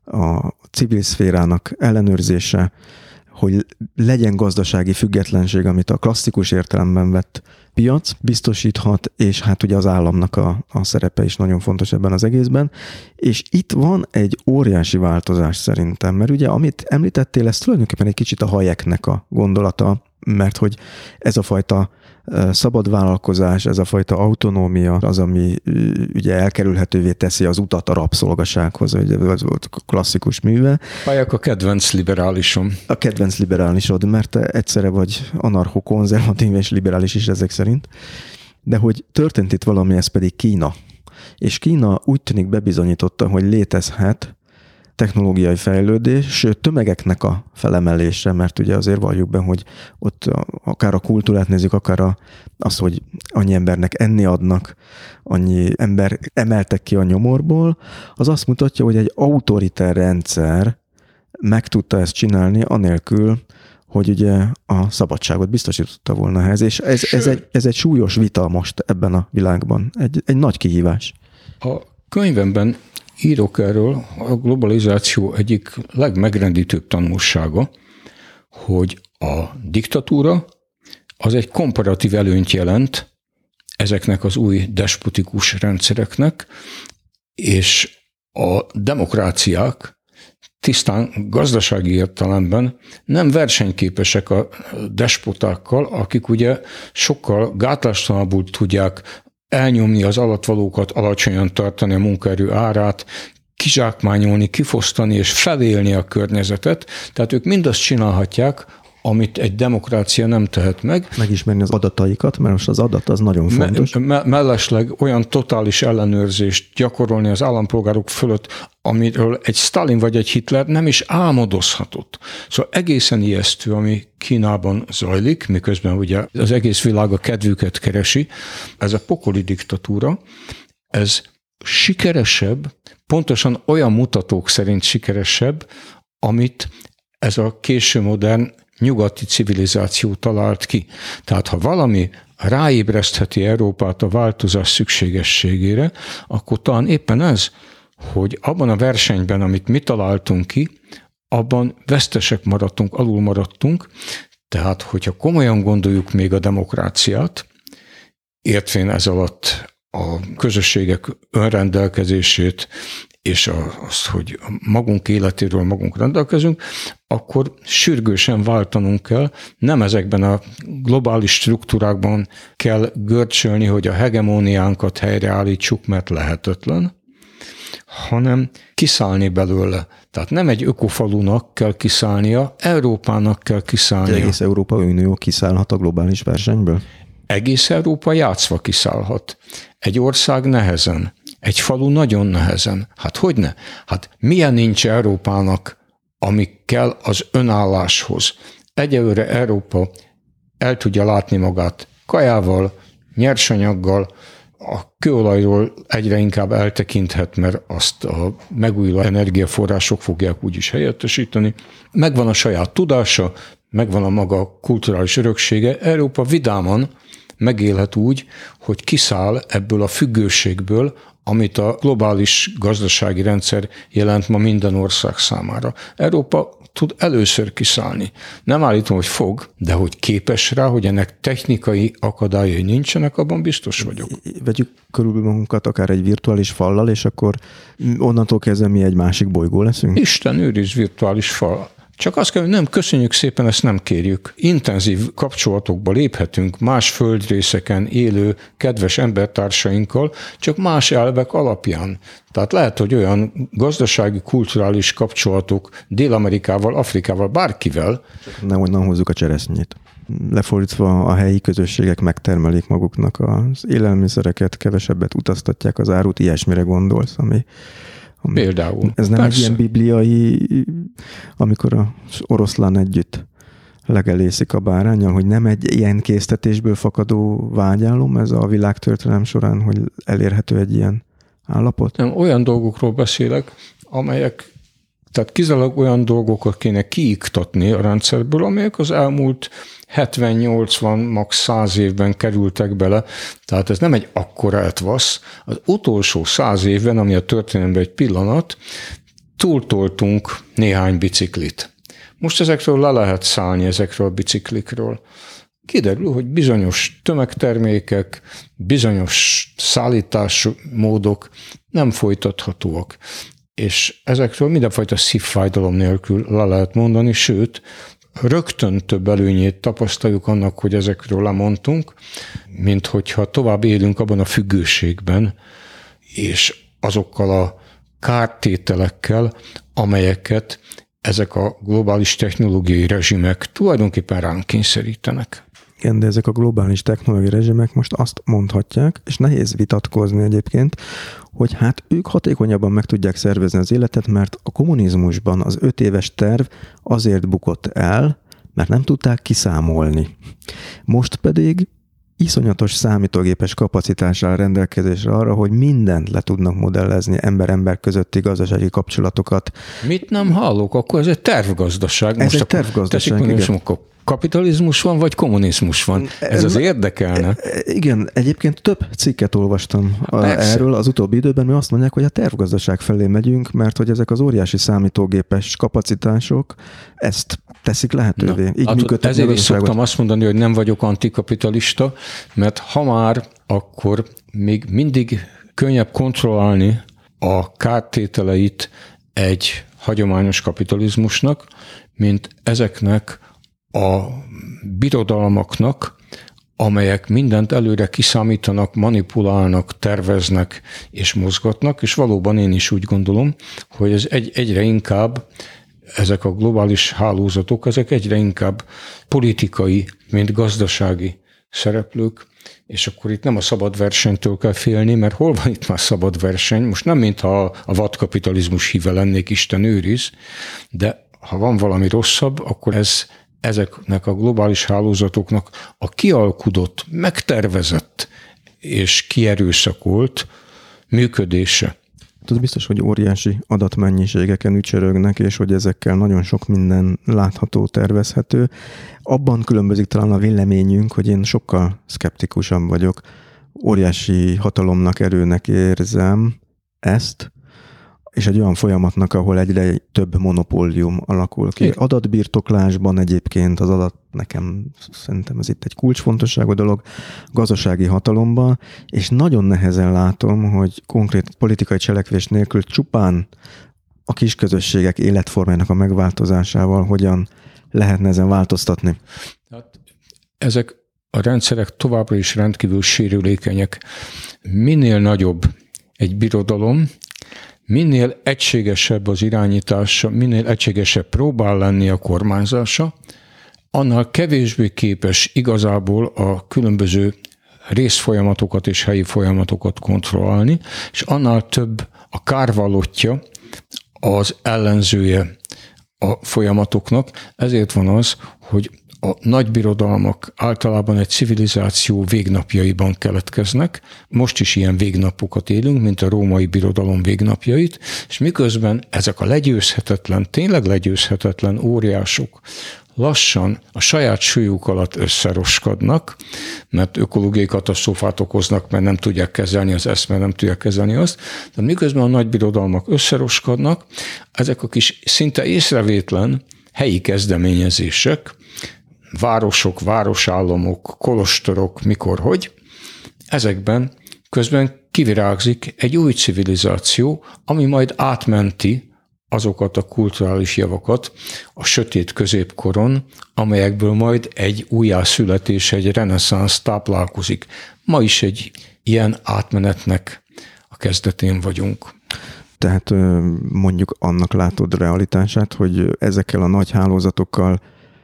a civil szférának ellenőrzése, hogy legyen gazdasági függetlenség, amit a klasszikus értelemben vett piac biztosíthat, és hát ugye az államnak a szerepe is nagyon fontos ebben az egészben. És itt van egy óriási változás szerintem, mert ugye amit említettél, ez tulajdonképpen egy kicsit a Hayeknek a gondolata, mert hogy ez a fajta szabad vállalkozás, ez a fajta autonómia az, ami ugye elkerülhetővé teszi az utat a rabszolgasághoz, ez volt a klasszikus műve. Hayek a kedvenc liberálisom. A kedvenc liberálisod, mert egyszerre vagy anarcho-konzervatív és liberális is ezek szerint. De hogy történt itt valami, ez pedig Kína. És Kína úgy tűnik bebizonyította, hogy létezhet technológiai fejlődés, sőt tömegeknek a felemelése, mert ugye azért valljuk be, hogy ott akár a kultúrát nézzük, akár az, hogy annyi embernek enni adnak, annyi ember emeltek ki a nyomorból, az azt mutatja, hogy egy autoriter rendszer meg tudta ezt csinálni, anélkül, hogy ugye a szabadságot biztosította volna ehhez, és ez egy súlyos vita most ebben a világban, egy nagy kihívás. A könyvemben írok erről, a globalizáció egyik legmegrendítőbb tanulsága, hogy a diktatúra az egy komparatív előnyt jelent ezeknek az új despotikus rendszereknek, és a demokráciák tisztán gazdasági értelemben nem versenyképesek a despotákkal, akik ugye sokkal gátlástalanabbul tudják elnyomni az alattvalókat, alacsonyan tartani a munkaerő árát, kizsákmányolni, kifosztani és felélni a környezetet. Tehát ők mindazt csinálhatják, amit egy demokrácia nem tehet meg. Megismerni az adataikat, mert most az adat az nagyon fontos. Mellesleg olyan totális ellenőrzést gyakorolni az állampolgárok fölött, amiről egy Stalin vagy egy Hitler nem is álmodozhatott. Szóval egészen ijesztő, ami Kínában zajlik, miközben ugye az egész világ a kedvüket keresi. Ez a pokoli diktatúra, ez sikeresebb, pontosan olyan mutatók szerint sikeresebb, amit ez a késő modern nyugati civilizáció talált ki. Tehát ha valami ráébresztheti Európát a változás szükségességére, akkor talán éppen ez, hogy abban a versenyben, amit mi találtunk ki, abban vesztesek maradtunk, alul maradtunk, tehát hogyha komolyan gondoljuk még a demokráciát, értvén ez alatt a közösségek önrendelkezését, és azt, hogy magunk életéről magunk rendelkezünk, akkor sürgősen váltanunk kell, nem ezekben a globális struktúrákban kell görcsölni, hogy a hegemóniánkat helyreállítsuk, mert lehetetlen, hanem kiszállni belőle. Tehát nem egy ökofalunak kell kiszállnia, Európának kell kiszállnia. Egész Európai Unió kiszállhat a globális versenyből? Egész Európa játszva kiszállhat. Egy ország nehezen, egy falu nagyon nehezen. Hát hogyne? Hát milyen nincs Európának, ami kell az önálláshoz. Egyelőre Európa el tudja látni magát kajával, nyersanyaggal, a kőolajról egyre inkább eltekinthet, mert azt a megújuló energiaforrások fogják úgyis helyettesíteni. Megvan a saját tudása, megvan a maga kulturális öröksége. Európa vidáman megélhet úgy, hogy kiszáll ebből a függőségből, amit a globális gazdasági rendszer jelent ma minden ország számára. Európa tud először kiszállni. Nem állítom, hogy fog, de hogy képes rá, hogy ennek technikai akadályai nincsenek, abban biztos vagyok. Vegyük körül magunkat akár egy virtuális fallal, és akkor onnantól kezdve mi egy másik bolygó leszünk? Isten őriz virtuális fal. Csak azt kell, hogy nem, köszönjük szépen, ezt nem kérjük. Intenzív kapcsolatokba léphetünk más földrészeken élő kedves embertársainkkal, csak más elvek alapján. Tehát lehet, hogy olyan gazdasági, kulturális kapcsolatok Dél-Amerikával, Afrikával, bárkivel. Nem onnan hozzuk a cseresznyét. Lefordítva a helyi közösségek megtermelik maguknak az élelmiszereket, kevesebbet utaztatják az árut, ilyesmire gondolsz, ami például. Ez nem egy ilyen bibliai, amikor az oroszlán együtt legelészik a báránnyal, hogy nem egy ilyen késztetésből fakadó vágyálom ez a világtörténelem során, hogy elérhető egy ilyen állapot? Nem, olyan dolgokról beszélek, amelyek, tehát kizárólag olyan dolgokat kéne kiiktatni a rendszerből, amelyek az elmúlt 70-80, max. 100 évben kerültek bele, tehát ez nem egy akkora etvasz. Az utolsó 100 évben, ami a történelemben egy pillanat, túltoltunk néhány biciklit. Most ezekről le lehet szállni, ezekről a biciklikről. Kiderül, hogy bizonyos tömegtermékek, bizonyos szállításmódok nem folytathatóak. És ezekről mindenfajta szívfájdalom nélkül le lehet mondani, sőt, rögtön több előnyét tapasztaljuk annak, hogy ezekről lemondtunk, mint hogyha tovább élünk abban a függőségben, és azokkal a kártételekkel, amelyeket ezek a globális technológiai rezsimek tulajdonképpen ránk kényszerítenek. Igen, de ezek a globális technológiai rezsimek most azt mondhatják, és nehéz vitatkozni egyébként, hogy hát ők hatékonyabban meg tudják szervezni az életet, mert a kommunizmusban az 5 éves terv azért bukott el, mert nem tudták kiszámolni. Most pedig iszonyatos számítógépes kapacitással rendelkezésre arra, hogy mindent le tudnak modellezni ember-ember közötti gazdasági kapcsolatokat. Mit nem hallok? Akkor ez egy tervgazdaság. Ez egy tervgazdaság, igen. Kapitalizmus van, vagy kommunizmus van? Ez az érdekelne. Igen, egyébként több cikket olvastam erről az utóbbi időben, mi azt mondják, hogy a tervgazdaság felé megyünk, mert hogy ezek az óriási számítógépes kapacitások ezt teszik lehetővé. Ezért is szoktam azt mondani, hogy nem vagyok antikapitalista, mert ha már, akkor még mindig könnyebb kontrollálni a kártételeit egy hagyományos kapitalizmusnak, mint ezeknek a birodalmaknak, amelyek mindent előre kiszámítanak, manipulálnak, terveznek és mozgatnak, és valóban én is úgy gondolom, hogy ez egyre inkább, ezek a globális hálózatok, ezek egyre inkább politikai, mint gazdasági szereplők, és akkor itt nem a szabad versenytől kell félni, mert hol van itt már szabad verseny? Most nem mintha a vadkapitalizmus híve lennék, Isten őriz, de ha van valami rosszabb, akkor ezeknek a globális hálózatoknak a kialkudott, megtervezett és kierőszakolt működése. Az biztos, hogy óriási adatmennyiségeken ücsörögnek, és hogy ezekkel nagyon sok minden látható, tervezhető. Abban különbözik talán a véleményünk, hogy én sokkal szkeptikusabb vagyok. Óriási hatalomnak, erőnek érzem ezt, és egy olyan folyamatnak, ahol egyre több monopólium alakul ki. Adatbirtoklásban egyébként az adat, nekem szerintem ez itt egy kulcsfontosságú dolog, gazdasági hatalomban, és nagyon nehezen látom, hogy konkrét politikai cselekvés nélkül csupán a kisközösségek életformájának a megváltozásával hogyan lehetne ezen változtatni. Hát ezek a rendszerek továbbra is rendkívül sérülékenyek. Minél nagyobb egy birodalom, minél egységesebb az irányítása, minél egységesebb próbál lenni a kormányzása, annál kevésbé képes igazából a különböző részfolyamatokat és helyi folyamatokat kontrollálni, és annál több a kárvallottja, az ellenzője a folyamatoknak. Ezért van az, hogy a nagybirodalmak általában egy civilizáció végnapjaiban keletkeznek. Most is ilyen végnapokat élünk, mint a római birodalom végnapjait, és miközben ezek a legyőzhetetlen, tényleg legyőzhetetlen óriások lassan a saját súlyuk alatt összeroskadnak, mert ökológiai katasztrófát okoznak, mert nem tudják kezelni az ezt, mert nem tudják kezelni azt. De miközben a nagybirodalmak összeroskadnak, ezek a kis szinte észrevétlen helyi kezdeményezések, városok, városállamok, kolostorok, mikor-hogy, ezekben közben kivirágzik egy új civilizáció, ami majd átmenti azokat a kulturális javakat a sötét középkoron, amelyekből majd egy újjászületés, egy reneszánsz táplálkozik. Ma is egy ilyen átmenetnek a kezdetén vagyunk. Tehát mondjuk annak látod realitását, hogy ezekkel a nagy hálózatokkal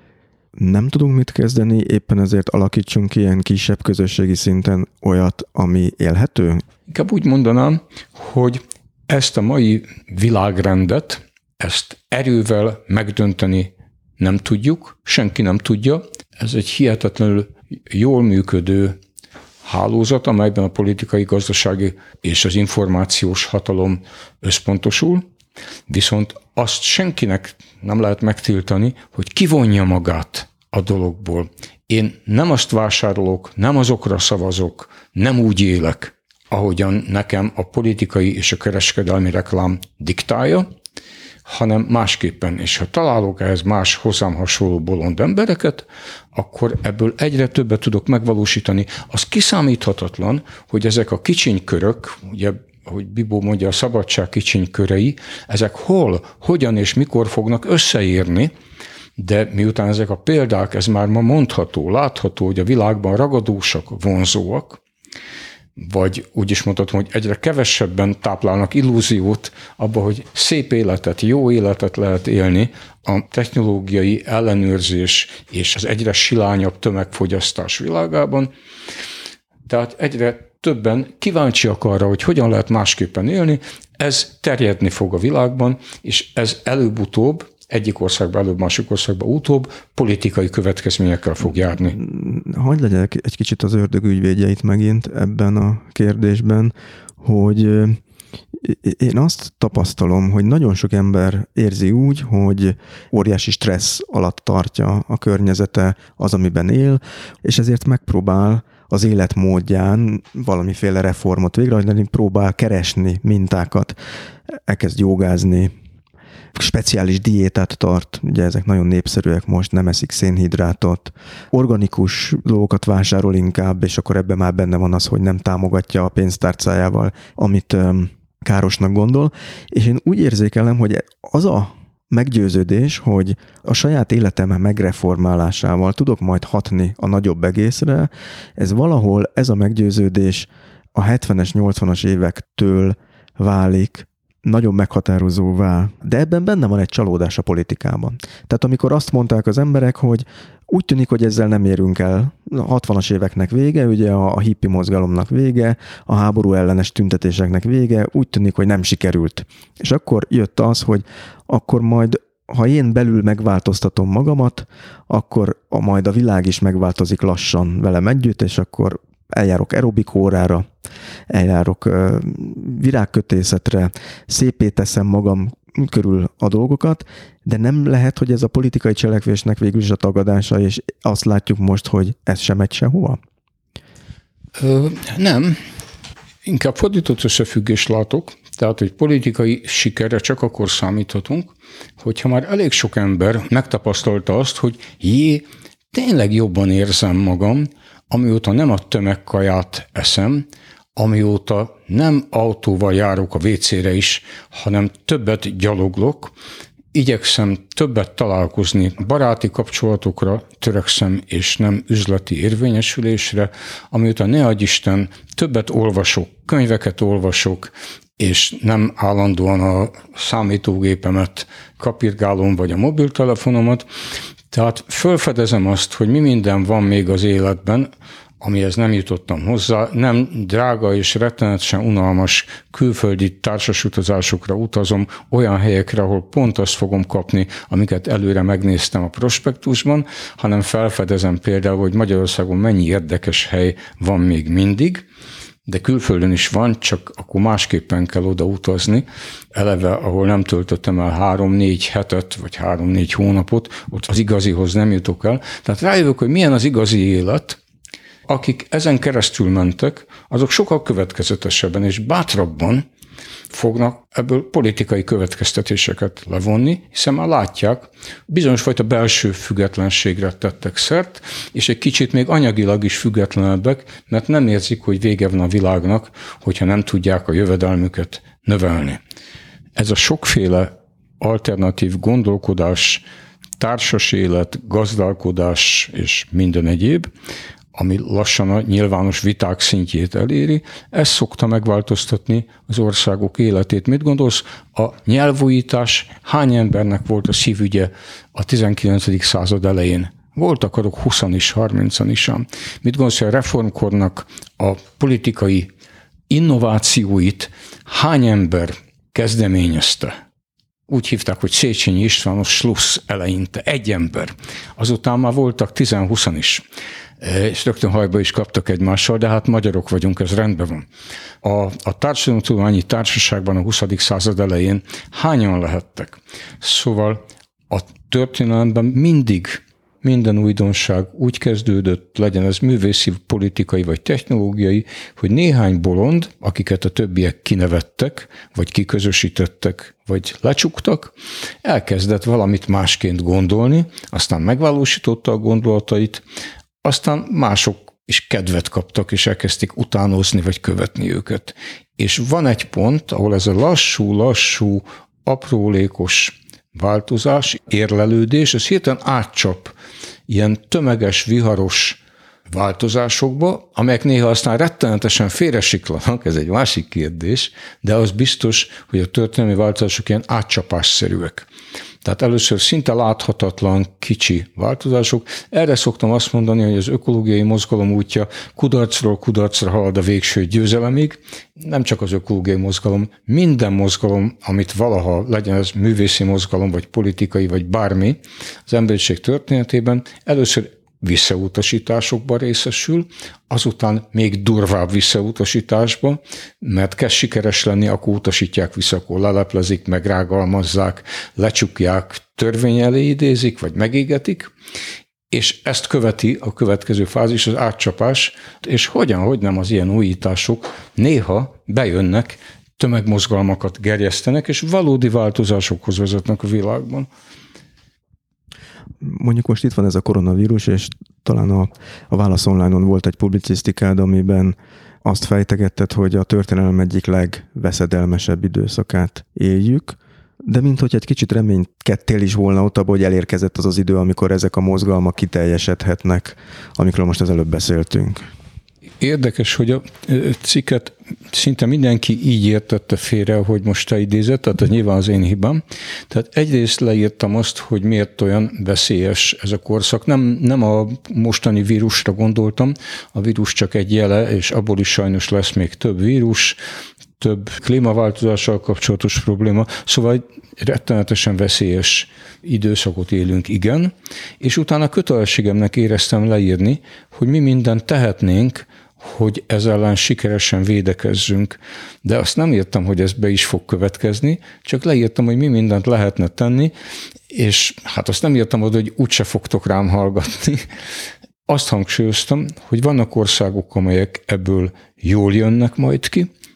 nem tudunk mit kezdeni, éppen ezért alakítsunk ilyen kisebb közösségi szinten olyat, ami élhető? Inkább úgy mondanám, hogy ezt a mai világrendet, ezt erővel megdönteni nem tudjuk, senki nem tudja. Ez egy hihetetlenül jól működő hálózat, amelyben a politikai, gazdasági és az információs hatalom összpontosul, viszont azt senkinek nem lehet megtiltani, hogy kivonja magát a dologból. Én nem azt vásárolok, nem azokra szavazok, nem úgy élek, ahogyan nekem a politikai és a kereskedelmi reklám diktálja, hanem másképpen. És ha találok ehhez más hozzám hasonló bolond embereket, akkor ebből egyre többet tudok megvalósítani. Az kiszámíthatatlan, hogy ezek a kicsinykörök, ugye, ahogy Bibó mondja, a szabadság kicsinykörei, ezek hol, hogyan és mikor fognak összeérni, de miután ezek a példák, ez már ma mondható, látható, hogy a világban ragadósak, vonzóak, vagy úgy is mondhatom, hogy egyre kevesebben táplálnak illúziót abba, hogy szép életet, jó életet lehet élni a technológiai ellenőrzés és az egyre silányabb tömegfogyasztás világában. Tehát egyre többen kíváncsiak arra, hogy hogyan lehet másképpen élni, ez terjedni fog a világban, és ez előbb-utóbb, egyik országban előbb, másik országban utóbb politikai következményekkel fog járni. Hadd legyek egy kicsit az ördög ügyvédjeit megint ebben a kérdésben, hogy én azt tapasztalom, hogy nagyon sok ember érzi úgy, hogy óriási stressz alatt tartja a környezete az, amiben él, és ezért megpróbál az életmódján valamiféle reformot végrehajtani, próbál keresni mintákat, elkezd jogázni, speciális diétát tart, ugye ezek nagyon népszerűek most, nem eszik szénhidrátot, organikus dolgokat vásárol inkább, és akkor ebben már benne van az, hogy nem támogatja a pénztárcájával, amit károsnak gondol, és én úgy érzékelem, hogy az a meggyőződés, hogy a saját életem megreformálásával tudok majd hatni a nagyobb egészre, ez valahol, ez a meggyőződés a 70-es, 80-as évektől válik nagyon meghatározóvá, de ebben benne van egy csalódás a politikában. Tehát amikor azt mondták az emberek, hogy úgy tűnik, hogy ezzel nem érünk el, a 60-as éveknek vége, ugye a hippi mozgalomnak vége, a háború ellenes tüntetéseknek vége, úgy tűnik, hogy nem sikerült. És akkor jött az, hogy akkor majd, ha én belül megváltoztatom magamat, akkor majd a világ is megváltozik lassan velem együtt, és akkor eljárok aerobik órára, eljárok virágkötészetre, szépé teszem magam körül a dolgokat, de nem lehet, hogy ez a politikai cselekvésnek végül is a tagadása, és azt látjuk most, hogy ez sem megy sehova? Nem. Inkább fordított összefüggést látok. Tehát, hogy politikai sikerre csak akkor számíthatunk, hogyha már elég sok ember megtapasztalta azt, hogy tényleg jobban érzem magam, amióta nem a tömegkaját eszem, amióta nem autóval járok a WC-re is, hanem többet gyaloglok, igyekszem többet találkozni, baráti kapcsolatokra törekszem, és nem üzleti érvényesülésre, amióta ne adj Isten, többet olvasok, könyveket olvasok, és nem állandóan a számítógépemet kapirgálom, vagy a mobiltelefonomat. Tehát felfedezem azt, hogy mi minden van még az életben, amihez nem jutottam hozzá, nem drága és rettenetesen unalmas külföldi társasutazásokra utazom, olyan helyekre, ahol pont azt fogom kapni, amiket előre megnéztem a prospektusban, hanem felfedezem például, hogy Magyarországon mennyi érdekes hely van még mindig, de külföldön is van, csak akkor másképpen kell oda utazni. Eleve, ahol nem töltöttem el 3-4 hetet, vagy 3-4 hónapot, ott az igazihoz nem jutok el. Tehát rájövök, hogy milyen az igazi élet. Akik ezen keresztül mentek, azok sokkal következetesebben és bátrabban fognak ebből politikai következtetéseket levonni, hiszen már látják, bizonyos fajta belső függetlenségre tettek szert, és egy kicsit még anyagilag is függetlenebbek, mert nem érzik, hogy vége van a világnak, hogyha nem tudják a jövedelmüket növelni. Ez a sokféle alternatív gondolkodás, társas élet, gazdálkodás és minden egyéb, ami lassan a nyilvános viták szintjét eléri, ez szokta megváltoztatni az országok életét. Mit gondolsz, a nyelvújítás hány embernek volt a szívügye a 19. század elején? Voltak azok 20-an is, 30-an is. Mit gondolsz, hogy a reformkornak a politikai innovációit hány ember kezdeményezte? Úgy hívták, hogy Széchenyi Istvános Schluss eleinte, egy ember. Azután már voltak 10-20 is. És rögtön hajba is kaptak egymással, de hát magyarok vagyunk, ez rendben van. A társadalomtudományi társaságban a 20. század elején hányan lehettek? Szóval a történelemben mindig minden újdonság úgy kezdődött, legyen ez művészi, politikai vagy technológiai, hogy néhány bolond, akiket a többiek kinevettek, vagy kiközösítettek, vagy lecsuktak, elkezdett valamit másként gondolni, aztán megvalósította a gondolatait, aztán mások is kedvet kaptak, és elkezdték utánozni, vagy követni őket. És van egy pont, ahol ez a lassú, aprólékos változás, érlelődés, ez hirtelen átcsap ilyen tömeges, viharos változásokba, amelyek néha aztán rettenetesen félresiklanak, ez egy másik kérdés, de az biztos, hogy a történelmi változások ilyen átcsapásszerűek. Tehát először szinte láthatatlan, kicsi változások. Erre szoktam azt mondani, hogy az ökológiai mozgalom útja kudarcról kudarcra halad a végső győzelemig. Nem csak az ökológiai mozgalom, minden mozgalom, amit valaha legyen ez művészi mozgalom, vagy politikai, vagy bármi az emberiség történetében, először visszautasításokban részesül, azután még durvább visszautasításba, mert kezd sikeres lenni, akkor utasítják vissza, akkor leleplezik, megrágalmazzák, lecsukják, törvény elé idézik, vagy megégetik, és ezt követi a következő fázis, az átcsapás, és hogy nem az ilyen újítások néha bejönnek, tömegmozgalmakat gerjesztenek, és valódi változásokhoz vezetnek a világban. Mondjuk most itt van ez a koronavírus, és talán a Válasz Online-on volt egy publicisztikád, amiben azt fejtegetted, hogy a történelem egyik legveszedelmesebb időszakát éljük, de minthogy egy kicsit reménykedtél is volna ott abban, hogy elérkezett az az idő, amikor ezek a mozgalmak kiteljesedhetnek, amikről most az előbb beszéltünk. Érdekes, hogy a cikket szinte mindenki így értette félre, hogy most te idézett, tehát ez nyilván az én hibám. Tehát egyrészt leírtam azt, hogy miért olyan veszélyes ez a korszak. Nem a mostani vírusra gondoltam, a vírus csak egy jele, és abból is sajnos lesz még több vírus, több klímaváltozással kapcsolatos probléma, szóval rettenetesen veszélyes időszakot élünk, igen, és utána kötelességemnek éreztem leírni, hogy mi mindent tehetnénk, hogy ez ellen sikeresen védekezzünk. De azt nem írtam, hogy ez be is fog következni, csak leírtam, hogy mi mindent lehetne tenni, és hát azt nem írtam oda, hogy úgyse fogtok rám hallgatni. Azt hangsúlyoztam, hogy vannak országok, amelyek ebből jól jönnek majd ki,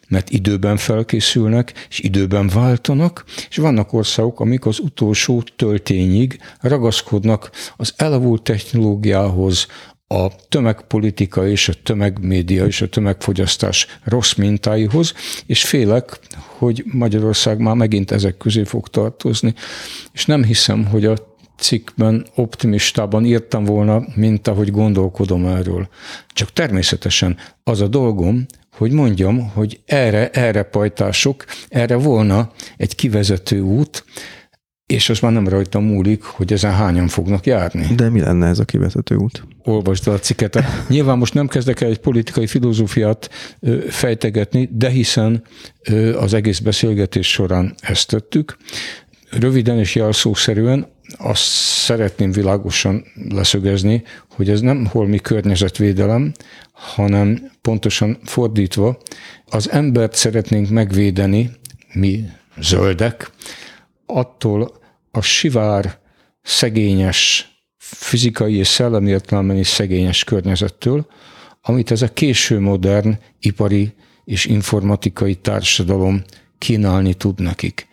mert időben felkészülnek, és időben váltanak, és vannak országok, amik az utolsó töltényig ragaszkodnak az elavult technológiához, a tömegpolitika és a tömegmédia és a tömegfogyasztás rossz mintáihoz, és félek, hogy Magyarország már megint ezek közé fog tartozni. És nem hiszem, hogy a cikkben optimistában írtam volna, mint ahogy gondolkodom erről. Csak természetesen az a dolgom, hogy mondjam, hogy erre pajtások, erre volna egy kivezető út, és az már nem rajtam múlik, hogy ezen hányan fognak járni. De mi lenne ez a kivezető út? Olvasd el a cikket. Nyilván most nem kezdek el egy politikai filozófiát fejtegetni, de hiszen az egész beszélgetés során ezt tettük. Röviden és jelszószerűen azt szeretném világosan leszögezni, hogy ez nem holmi környezetvédelem, hanem pontosan fordítva, az embert szeretnénk megvédeni, mi zöldek, attól a sivár, szegényes, fizikai és szellemi értelemben is szegényes környezettől, amit ez a késő modern ipari és informatikai társadalom kínálni tud nekik.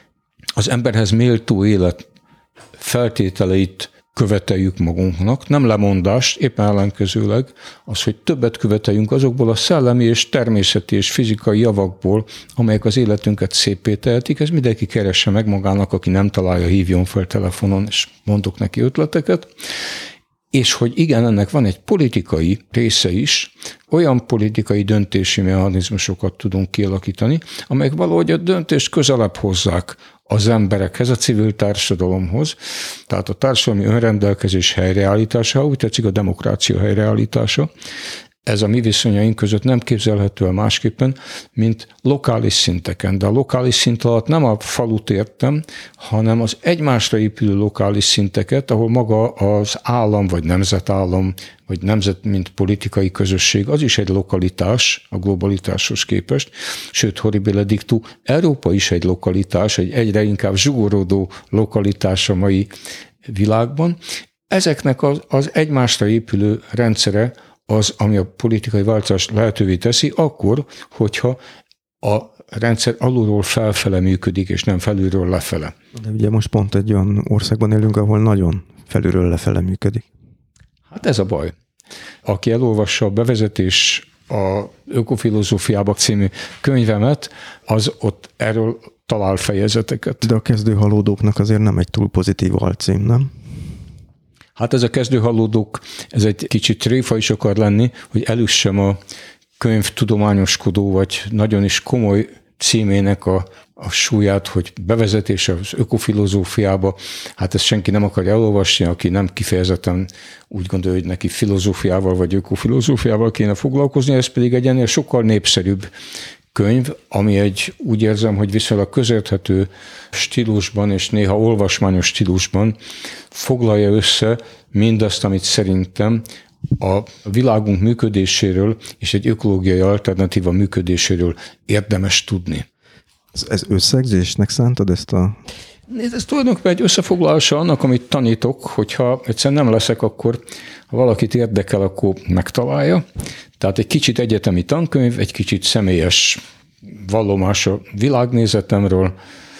Az emberhez méltó élet feltételeit követeljük magunknak, nem lemondást, éppen ellenkezőleg az, hogy többet követeljünk azokból a szellemi és természeti és fizikai javakból, amelyek az életünket széppé tehetik. Ez mindenki keresse meg magának, aki nem találja, hívjon fel telefonon, és mondok neki ötleteket. És hogy igen, ennek van egy politikai része is, olyan politikai döntési mechanizmusokat tudunk kialakítani, amelyek valahogy a döntést közelebb hozzák az emberekhez, a civil társadalomhoz, tehát a társadalmi önrendelkezés helyreállítása, úgy tetszik a demokrácia helyreállítása. Ez a mi viszonyaink között nem képzelhető el másképpen, mint lokális szinteken. De a lokális szint alatt nem a falut értem, hanem az egymásra épülő lokális szinteket, ahol maga az állam, vagy nemzetállam, vagy nemzet, mint politikai közösség, az is egy lokalitás a globalitáshoz képest. Sőt, horribile dictu, Európa is egy lokalitás, egy egyre inkább zsugorodó lokalitás a mai világban. Ezeknek az egymásra épülő rendszere az, ami a politikai változást lehetővé teszi, akkor, hogyha a rendszer alulról felfele működik, és nem felülről lefele. De ugye most pont egy olyan országban élünk, ahol nagyon felülről lefele működik. Hát ez a baj. Aki elolvassa a bevezetés a Ökofilozófiába című könyvemet, az ott erről talál fejezeteket. De a kezdőhalódóknak azért nem egy túl pozitív alcím, nem? Hát ez a kezdőhalódók, ez egy kicsit tréfa is akar lenni, hogy elüssem a könyv tudományoskodó, vagy nagyon is komoly címének a súlyát, hogy bevezetés az ökofilozófiába, hát ezt senki nem akarja elolvasni, aki nem kifejezetten úgy gondolja, hogy neki filozófiával vagy ökofilozófiával kéne foglalkozni, ez pedig egy ennél sokkal népszerűbb könyv, ami úgy érzem, hogy viszonylag közérthető stílusban és néha olvasmányos stílusban foglalja össze mindazt, amit szerintem a világunk működéséről és egy ökológiai alternatíva működéséről érdemes tudni. Ez összegzésnek szántad ezt a... Ez tulajdonképpen egy összefoglalása annak, amit tanítok, hogyha egyszerűen nem leszek, akkor ha valakit érdekel, akkor megtalálja. Tehát egy kicsit egyetemi tankönyv, egy kicsit személyes vallomás a világnézetemről,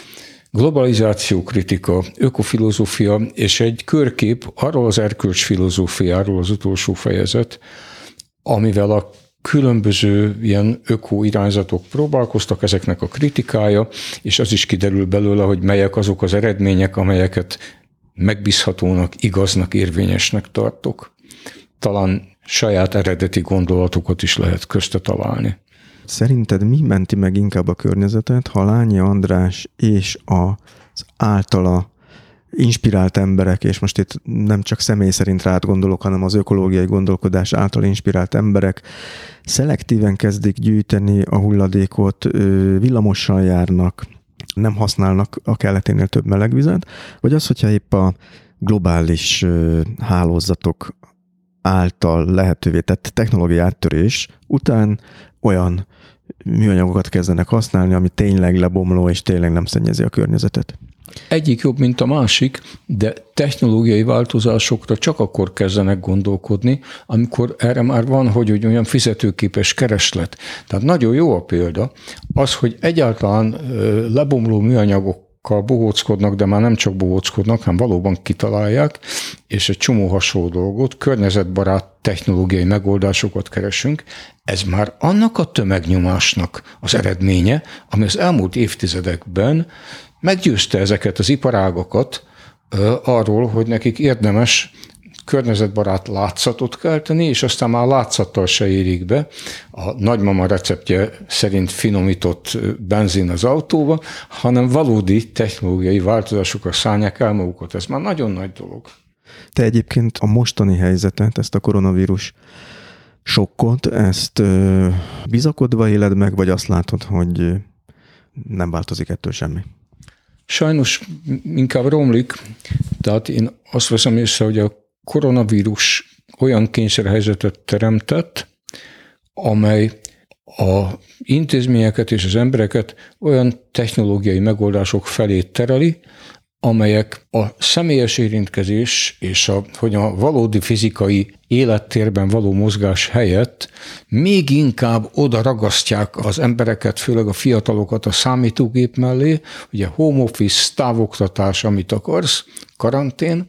globalizációkritika, ökofilozófia és egy körkép arról az erkölcsfilozófiáról, az utolsó fejezet, amivel a különböző ilyen öko-irányzatok próbálkoztak, ezeknek a kritikája, és az is kiderül belőle, hogy melyek azok az eredmények, amelyeket megbízhatónak, igaznak, érvényesnek tartok. Talán saját eredeti gondolatokat is lehet közte találni. Szerinted mi menti meg inkább a környezetet, ha Lányi András és az általa inspirált emberek, és most itt nem csak személy szerint rád gondolok, hanem az ökológiai gondolkodás által inspirált emberek szelektíven kezdik gyűjteni a hulladékot, villamossal járnak, nem használnak a kelleténél több melegvizet, vagy az, hogyha épp a globális hálózatok által lehetővé tett technológiai áttörés után olyan műanyagokat kezdenek használni, ami tényleg lebomló és tényleg nem szennyezi a környezetet. Egyik jobb, mint a másik, de technológiai változásokra csak akkor kezdenek gondolkodni, amikor erre már van, hogy olyan fizetőképes kereslet. Tehát nagyon jó a példa az, hogy egyáltalán lebomló műanyagokkal bohóckodnak, de már nem csak bohóckodnak, hanem valóban kitalálják, és egy csomó hasonló dolgot, környezetbarát technológiai megoldásokat keresünk. Ez már annak a tömegnyomásnak az eredménye, ami az elmúlt évtizedekben meggyőzte ezeket az iparágakat arról, hogy nekik érdemes környezetbarát látszatot kelteni, és aztán már látszattal se érik be a nagymama receptje szerint finomított benzin az autóba, hanem valódi technológiai változásokra szállják el magukat. Ez már nagyon nagy dolog. Te egyébként a mostani helyzetet, ezt a koronavírus sokkot, ezt bizakodva éled meg, vagy azt látod, hogy nem változik ettől semmi? Sajnos inkább romlik, tehát én azt veszem észre, hogy a koronavírus olyan kényszerhelyzetet teremtett, amely a intézményeket és az embereket olyan technológiai megoldások felé tereli, amelyek a személyes érintkezés és a valódi fizikai élettérben való mozgás helyett még inkább oda ragasztják az embereket, főleg a fiatalokat a számítógép mellé, ugye home office, távoktatás, amit akarsz, karantén,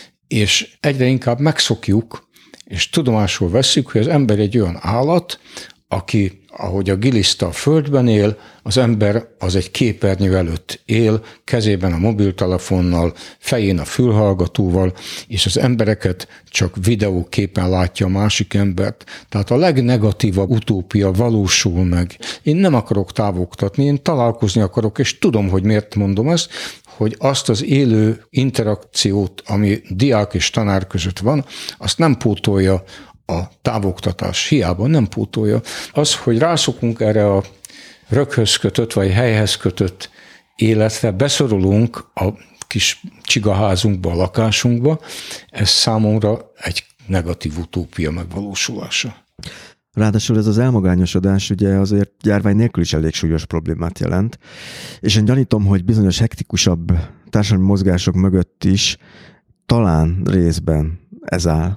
és egyre inkább megszokjuk, és tudomásul vesszük, hogy az ember egy olyan állat, aki, ahogy a giliszta a földben él, az ember az egy képernyő előtt él, kezében a mobiltelefonnal, fején a fülhallgatóval, és az embereket csak videóképen látja a másik embert. Tehát a legnegatívabb utópia valósul meg. Én nem akarok távoktatni, én találkozni akarok, és tudom, hogy miért mondom ezt, hogy azt az élő interakciót, ami diák és tanár között van, azt nem pótolja a távoktatás, hiába nem pótolja. Az, hogy rászokunk erre a röghöz kötött, vagy helyhez kötött életre, beszorulunk a kis csigaházunkba, a lakásunkba, ez számomra egy negatív utópia megvalósulása. Ráadásul ez az elmagányosodás ugye azért járvány nélkül is elég súlyos problémát jelent, és én gyanítom, hogy bizonyos hektikusabb társadalmi mozgások mögött is talán részben ez áll.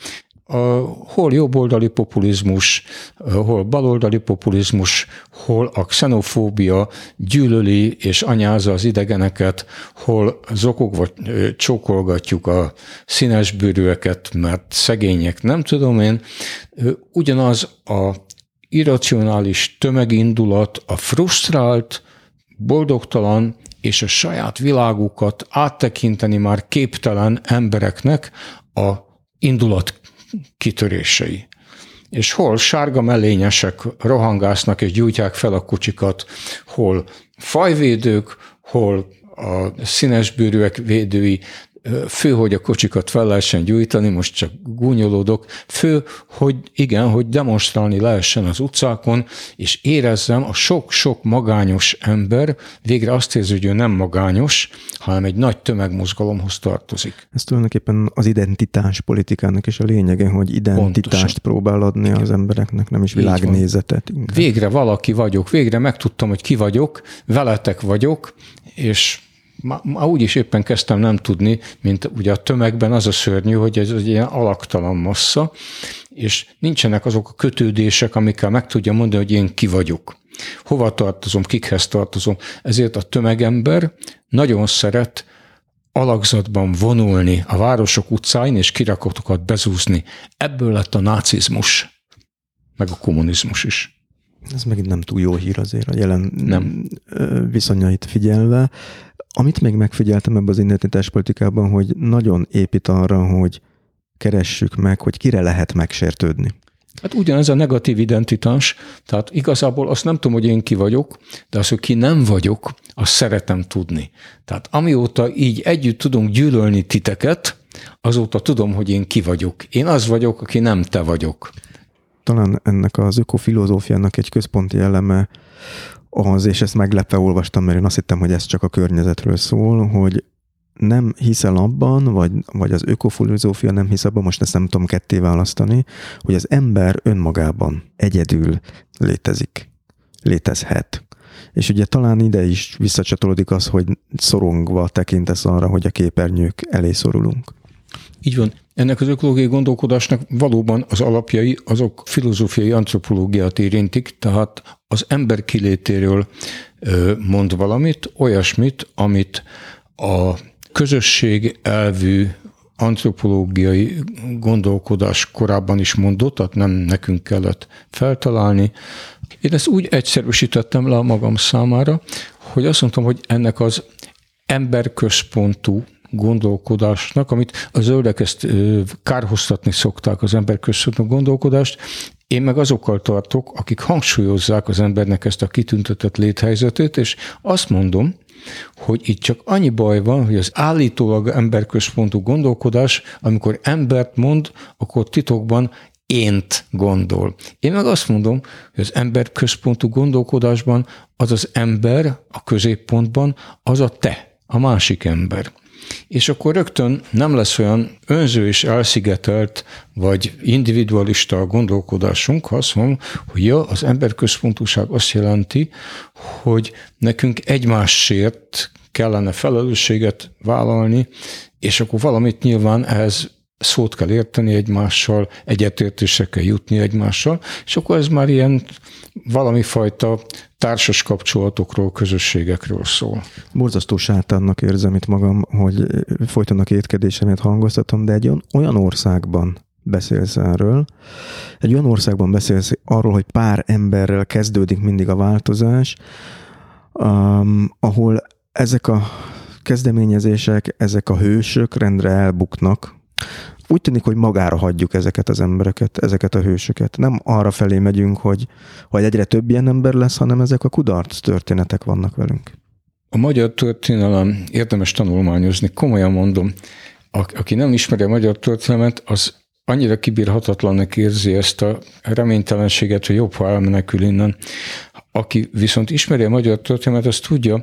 Hol jobboldali populizmus, hol baloldali populizmus, hol a xenofóbia gyűlöli és anyázza az idegeneket, hol zokogva csókolgatjuk a színesbőrűeket, mert szegények, nem tudom én. Ugyanaz a irracionális tömegindulat, a frusztrált, boldogtalan és a saját világukat áttekinteni már képtelen embereknek a indulat kitörései. És hol sárga mellényesek rohangásznak és gyújtják fel a kocsikat, hol fajvédők, hol a színesbőrűek védői, fő, hogy a kocsikat fel lehessen gyújtani, most csak gúnyolódok, fő, hogy igen, hogy demonstrálni lehessen az utcákon, és érezzem, a sok-sok magányos ember végre azt érzi, hogy ő nem magányos, hanem egy nagy tömegmozgalomhoz tartozik. Ez tulajdonképpen az identitás politikának is a lényege, hogy identitást pontosan próbál adni az embereknek, nem is világnézetet. Végre valaki vagyok, végre megtudtam, hogy ki vagyok, veletek vagyok, és már úgyis éppen kezdtem nem tudni, mint ugye a tömegben az a szörnyű, hogy ez egy ilyen alaktalan massza, és nincsenek azok a kötődések, amikkel meg tudja mondani, hogy én ki vagyok. Hova tartozom, kikhez tartozom. Ezért a tömegember nagyon szeret alakzatban vonulni a városok utcáin, és kirakatokat bezúzni. Ebből lett a nácizmus, meg a kommunizmus is. Ez megint nem túl jó hír azért a jelen viszonyait figyelve. Amit még megfigyeltem ebben az identitáspolitikában, hogy nagyon épít arra, hogy keressük meg, hogy kire lehet megsértődni. Hát ugyanez a negatív identitás, tehát igazából azt nem tudom, hogy én ki vagyok, de az, hogy ki nem vagyok, azt szeretem tudni. Tehát amióta így együtt tudunk gyűlölni titeket, azóta tudom, hogy én ki vagyok. Én az vagyok, aki nem te vagyok. Talán ennek az ökofilozófiának egy központi eleme az, és ezt meglepve olvastam, mert én azt hittem, hogy ez csak a környezetről szól, hogy nem hiszel abban, vagy az ökofilozófia nem hisz abban, most ezt nem tudom ketté választani, hogy az ember önmagában egyedül létezhet. És ugye talán ide is visszacsatolódik az, hogy szorongva tekintesz arra, hogy a képernyők elé szorulunk. Így van. Ennek az ökológiai gondolkodásnak valóban az alapjai, azok filozófiai antropológiát érintik, tehát az ember kilétéről mond valamit, olyasmit, amit a közösség elvű antropológiai gondolkodás korábban is mondott, tehát nem nekünk kellett feltalálni. Én ezt úgy egyszerűsítettem le a magam számára, hogy azt mondtam, hogy ennek az emberközpontú gondolkodásnak, amit a zöldek ezt kárhoztatni szokták, az emberközpontú gondolkodást, én meg azokkal tartok, akik hangsúlyozzák az embernek ezt a kitüntetett léthelyzetét, és azt mondom, hogy itt csak annyi baj van, hogy az állítólag emberközpontú gondolkodás, amikor embert mond, akkor titokban ént gondol. Én meg azt mondom, hogy az emberközpontú gondolkodásban az az ember a középpontban, az a te, a másik ember. És akkor rögtön nem lesz olyan önző és elszigetelt, vagy individualista a gondolkodásunk, ha azt mondom, hogy az emberközpontúság azt jelenti, hogy nekünk egymásért kellene felelősséget vállalni, és akkor valamit nyilván ehhez szót kell érteni egymással, egyetértésre kell jutni egymással, és akkor ez már ilyen valami fajta társas kapcsolatokról, közösségekről szól. Borzasztó sátánnak érzem itt magam, hogy folyton a kétkedésemet hangoztatom, de egy olyan országban beszélsz erről, egy olyan országban beszélsz arról, hogy pár emberrel kezdődik mindig a változás, ahol ezek a kezdeményezések, ezek a hősök rendre elbuknak. Úgy tűnik, hogy magára hagyjuk ezeket az embereket, ezeket a hősöket. Nem arra felé megyünk, hogy egyre több ilyen ember lesz, hanem ezek a kudarc történetek vannak velünk. A magyar történelem érdemes tanulmányozni, komolyan mondom. Aki nem ismeri a magyar történelmet, az annyira kibírhatatlannak érzi ezt a reménytelenséget, hogy jobb, ha elmenekül innen. Aki viszont ismeri a magyar történelmet, az tudja,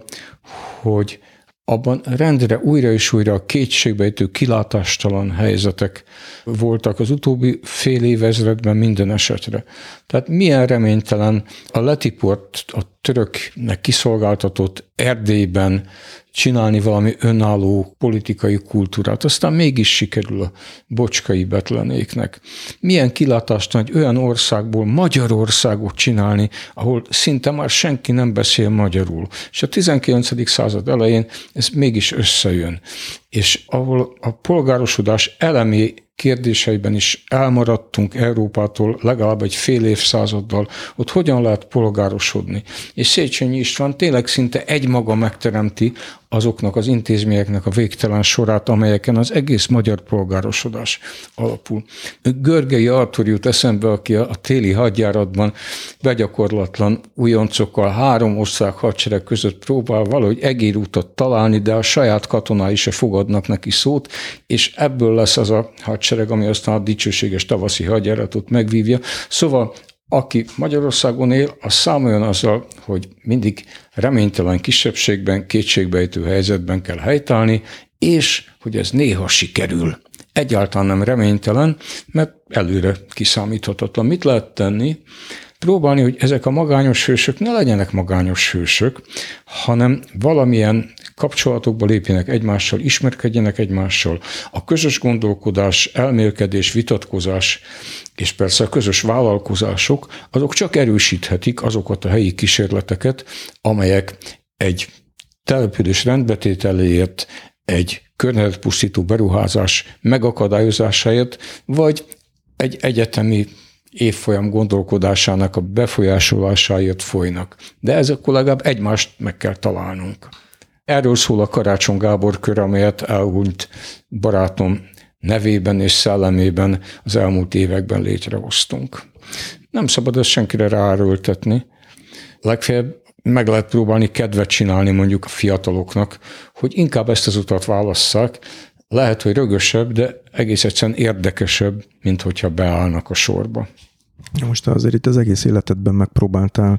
hogy abban rendre újra és újra a kétségbejtő, kilátástalan helyzetek voltak az utóbbi fél évezredben minden esetre. Tehát milyen reménytelen a Letiport, a töröknek kiszolgáltatott Erdélyben csinálni valami önálló politikai kultúrát. Aztán mégis sikerül a bocskai betlenéknek. Milyen kilátástalan egy olyan országból Magyarországot csinálni, ahol szinte már senki nem beszél magyarul. És a 19. század elején ez mégis összejön. És ahol a polgárosodás elemi kérdéseiben is elmaradtunk Európától legalább egy fél évszázaddal, ott hogyan lehet polgárosodni. És Széchenyi István tényleg szinte egymaga megteremti azoknak az intézményeknek a végtelen sorát, amelyeken az egész magyar polgárosodás alapul. Görgei Artúr jut eszembe, aki a téli hadjáratban begyakorlatlan újoncokkal 3 ország hadsereg között próbál valahogy egérutat találni, de a saját katonái se fogadnak neki szót, és ebből lesz az a hadsereg, ami aztán a dicsőséges tavaszi hadjáratot megvívja. Szóval aki Magyarországon él, az számoljon azzal, hogy mindig reménytelen kisebbségben, kétségbejtő helyzetben kell helytállni, és hogy ez néha sikerül. Egyáltalán nem reménytelen, mert előre kiszámíthatatlan. Mit lehet tenni? Próbálni, hogy ezek a magányos hősök ne legyenek magányos hősök, hanem valamilyen kapcsolatokba lépjenek egymással, ismerkedjenek egymással. A közös gondolkodás, elmélkedés, vitatkozás és persze a közös vállalkozások, azok csak erősíthetik azokat a helyi kísérleteket, amelyek egy település rendbetételéért, egy környezetpusztító beruházás megakadályozásáért, vagy egy egyetemi évfolyam gondolkodásának a befolyásolásáért folynak. De ezekkel legalább egymást meg kell találnunk. Erről szól a Karácsony Gábor kör, amelyet elhunyt barátom nevében és szellemében az elmúlt években létrehoztunk. Nem szabad ezt senkire ráerőltetni. Legfeljebb meg lehet próbálni kedvet csinálni mondjuk a fiataloknak, hogy inkább ezt az utat válasszák. Lehet, hogy rögösebb, de egész egyszerűen érdekesebb, mint hogyha beállnak a sorba. Most azért itt az egész életedben megpróbáltál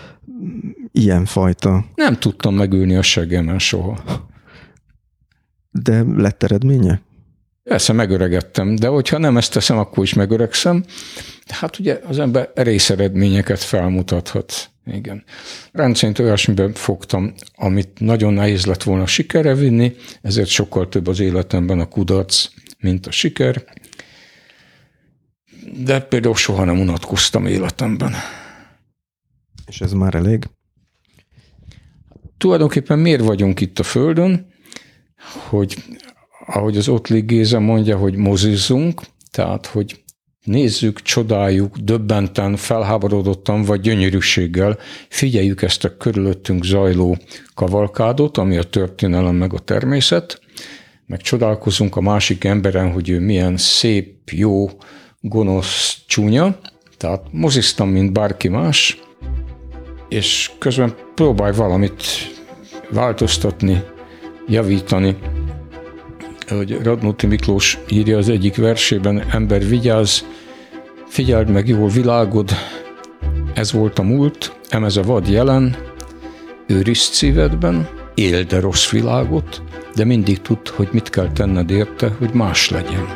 ilyenfajta... Nem tudtam megülni a seggemen soha. De lett eredménye? Persze megöregedtem, de hogyha nem ezt teszem, akkor is megöregszem. Hát ugye az ember részeredményeket felmutathat. Igen. Rendszerint olyasmiben fogtam, amit nagyon nehéz lett volna sikerre vinni, ezért sokkal több az életemben a kudarc, mint a siker. De például soha nem unatkoztam életemben. És ez már elég? Tulajdonképpen miért vagyunk itt a Földön, hogy ahogy az Ottli Géza mondja, hogy mozizzunk, tehát hogy nézzük, csodáljuk, döbbenten, felháborodottan vagy gyönyörűséggel figyeljük ezt a körülöttünk zajló kavalkádot, ami a történelem meg a természet, meg csodálkozunk a másik emberen, hogy ő milyen szép, jó, gonosz, csúnya, tehát moziztam, mint bárki más, és közben próbálj valamit változtatni, javítani. Ahogy Radnóti Miklós írja az egyik versében, ember vigyázz, figyeld meg jól világod, ez volt a múlt, ez a vad jelen, őrizd szívedben, éld a rossz világot, de mindig tudd, hogy mit kell tenned érte, hogy más legyen.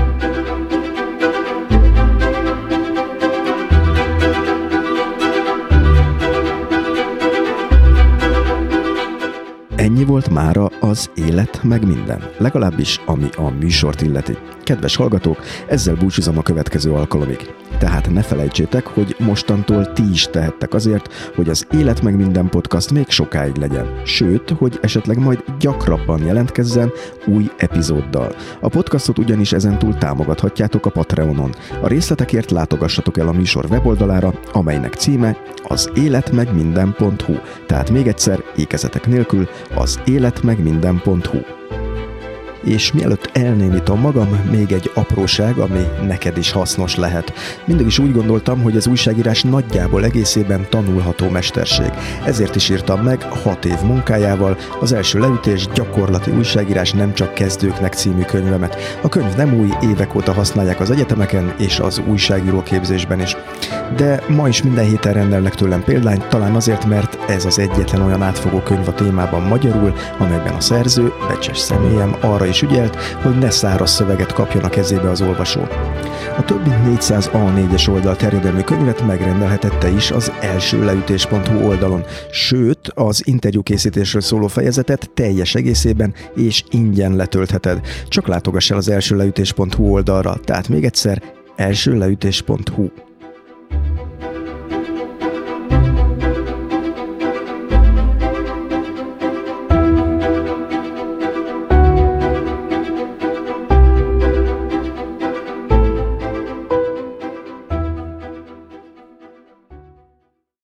Ennyi volt mára az Élet meg minden, legalábbis ami a műsort illeti. Kedves hallgatók, ezzel búcsúzom a következő alkalomig. Tehát ne felejtsétek, hogy mostantól ti is tehettek azért, hogy az Élet meg minden podcast még sokáig legyen. Sőt, hogy esetleg majd gyakrabban jelentkezzen új epizóddal. A podcastot ugyanis ezentúl támogathatjátok a Patreonon. A részletekért látogassatok el a műsor weboldalára, amelynek címe az életmegminden.hu. Tehát még egyszer, ékezetek nélkül, az életmegminden.hu. És mielőtt elnémítom magam, még egy apróság, ami neked is hasznos lehet. Mindig is úgy gondoltam, hogy az újságírás nagyjából egészében tanulható mesterség. Ezért is írtam meg 6 év munkájával az első leütés gyakorlati újságírás nem csak kezdőknek című könyvemet. A könyv nem új, évek óta használják az egyetemeken és az újságíró képzésben is. De ma is minden héten rendelnek tőlem példányt, talán azért, mert ez az egyetlen olyan átfogó könyv a témában magyarul, amelyben a szerző, becses személyem arra is ügyelt, hogy ne száraz szöveget kapjon a kezébe az olvasó. A több mint 400 A4-es oldal terjedelmű könyvet megrendelhetette is az elsőleütés.hu oldalon, sőt, az interjúkészítésről szóló fejezetet teljes egészében és ingyen letöltheted. Csak látogass el az elsőleütés.hu oldalra, tehát még egyszer elsőleütés.hu.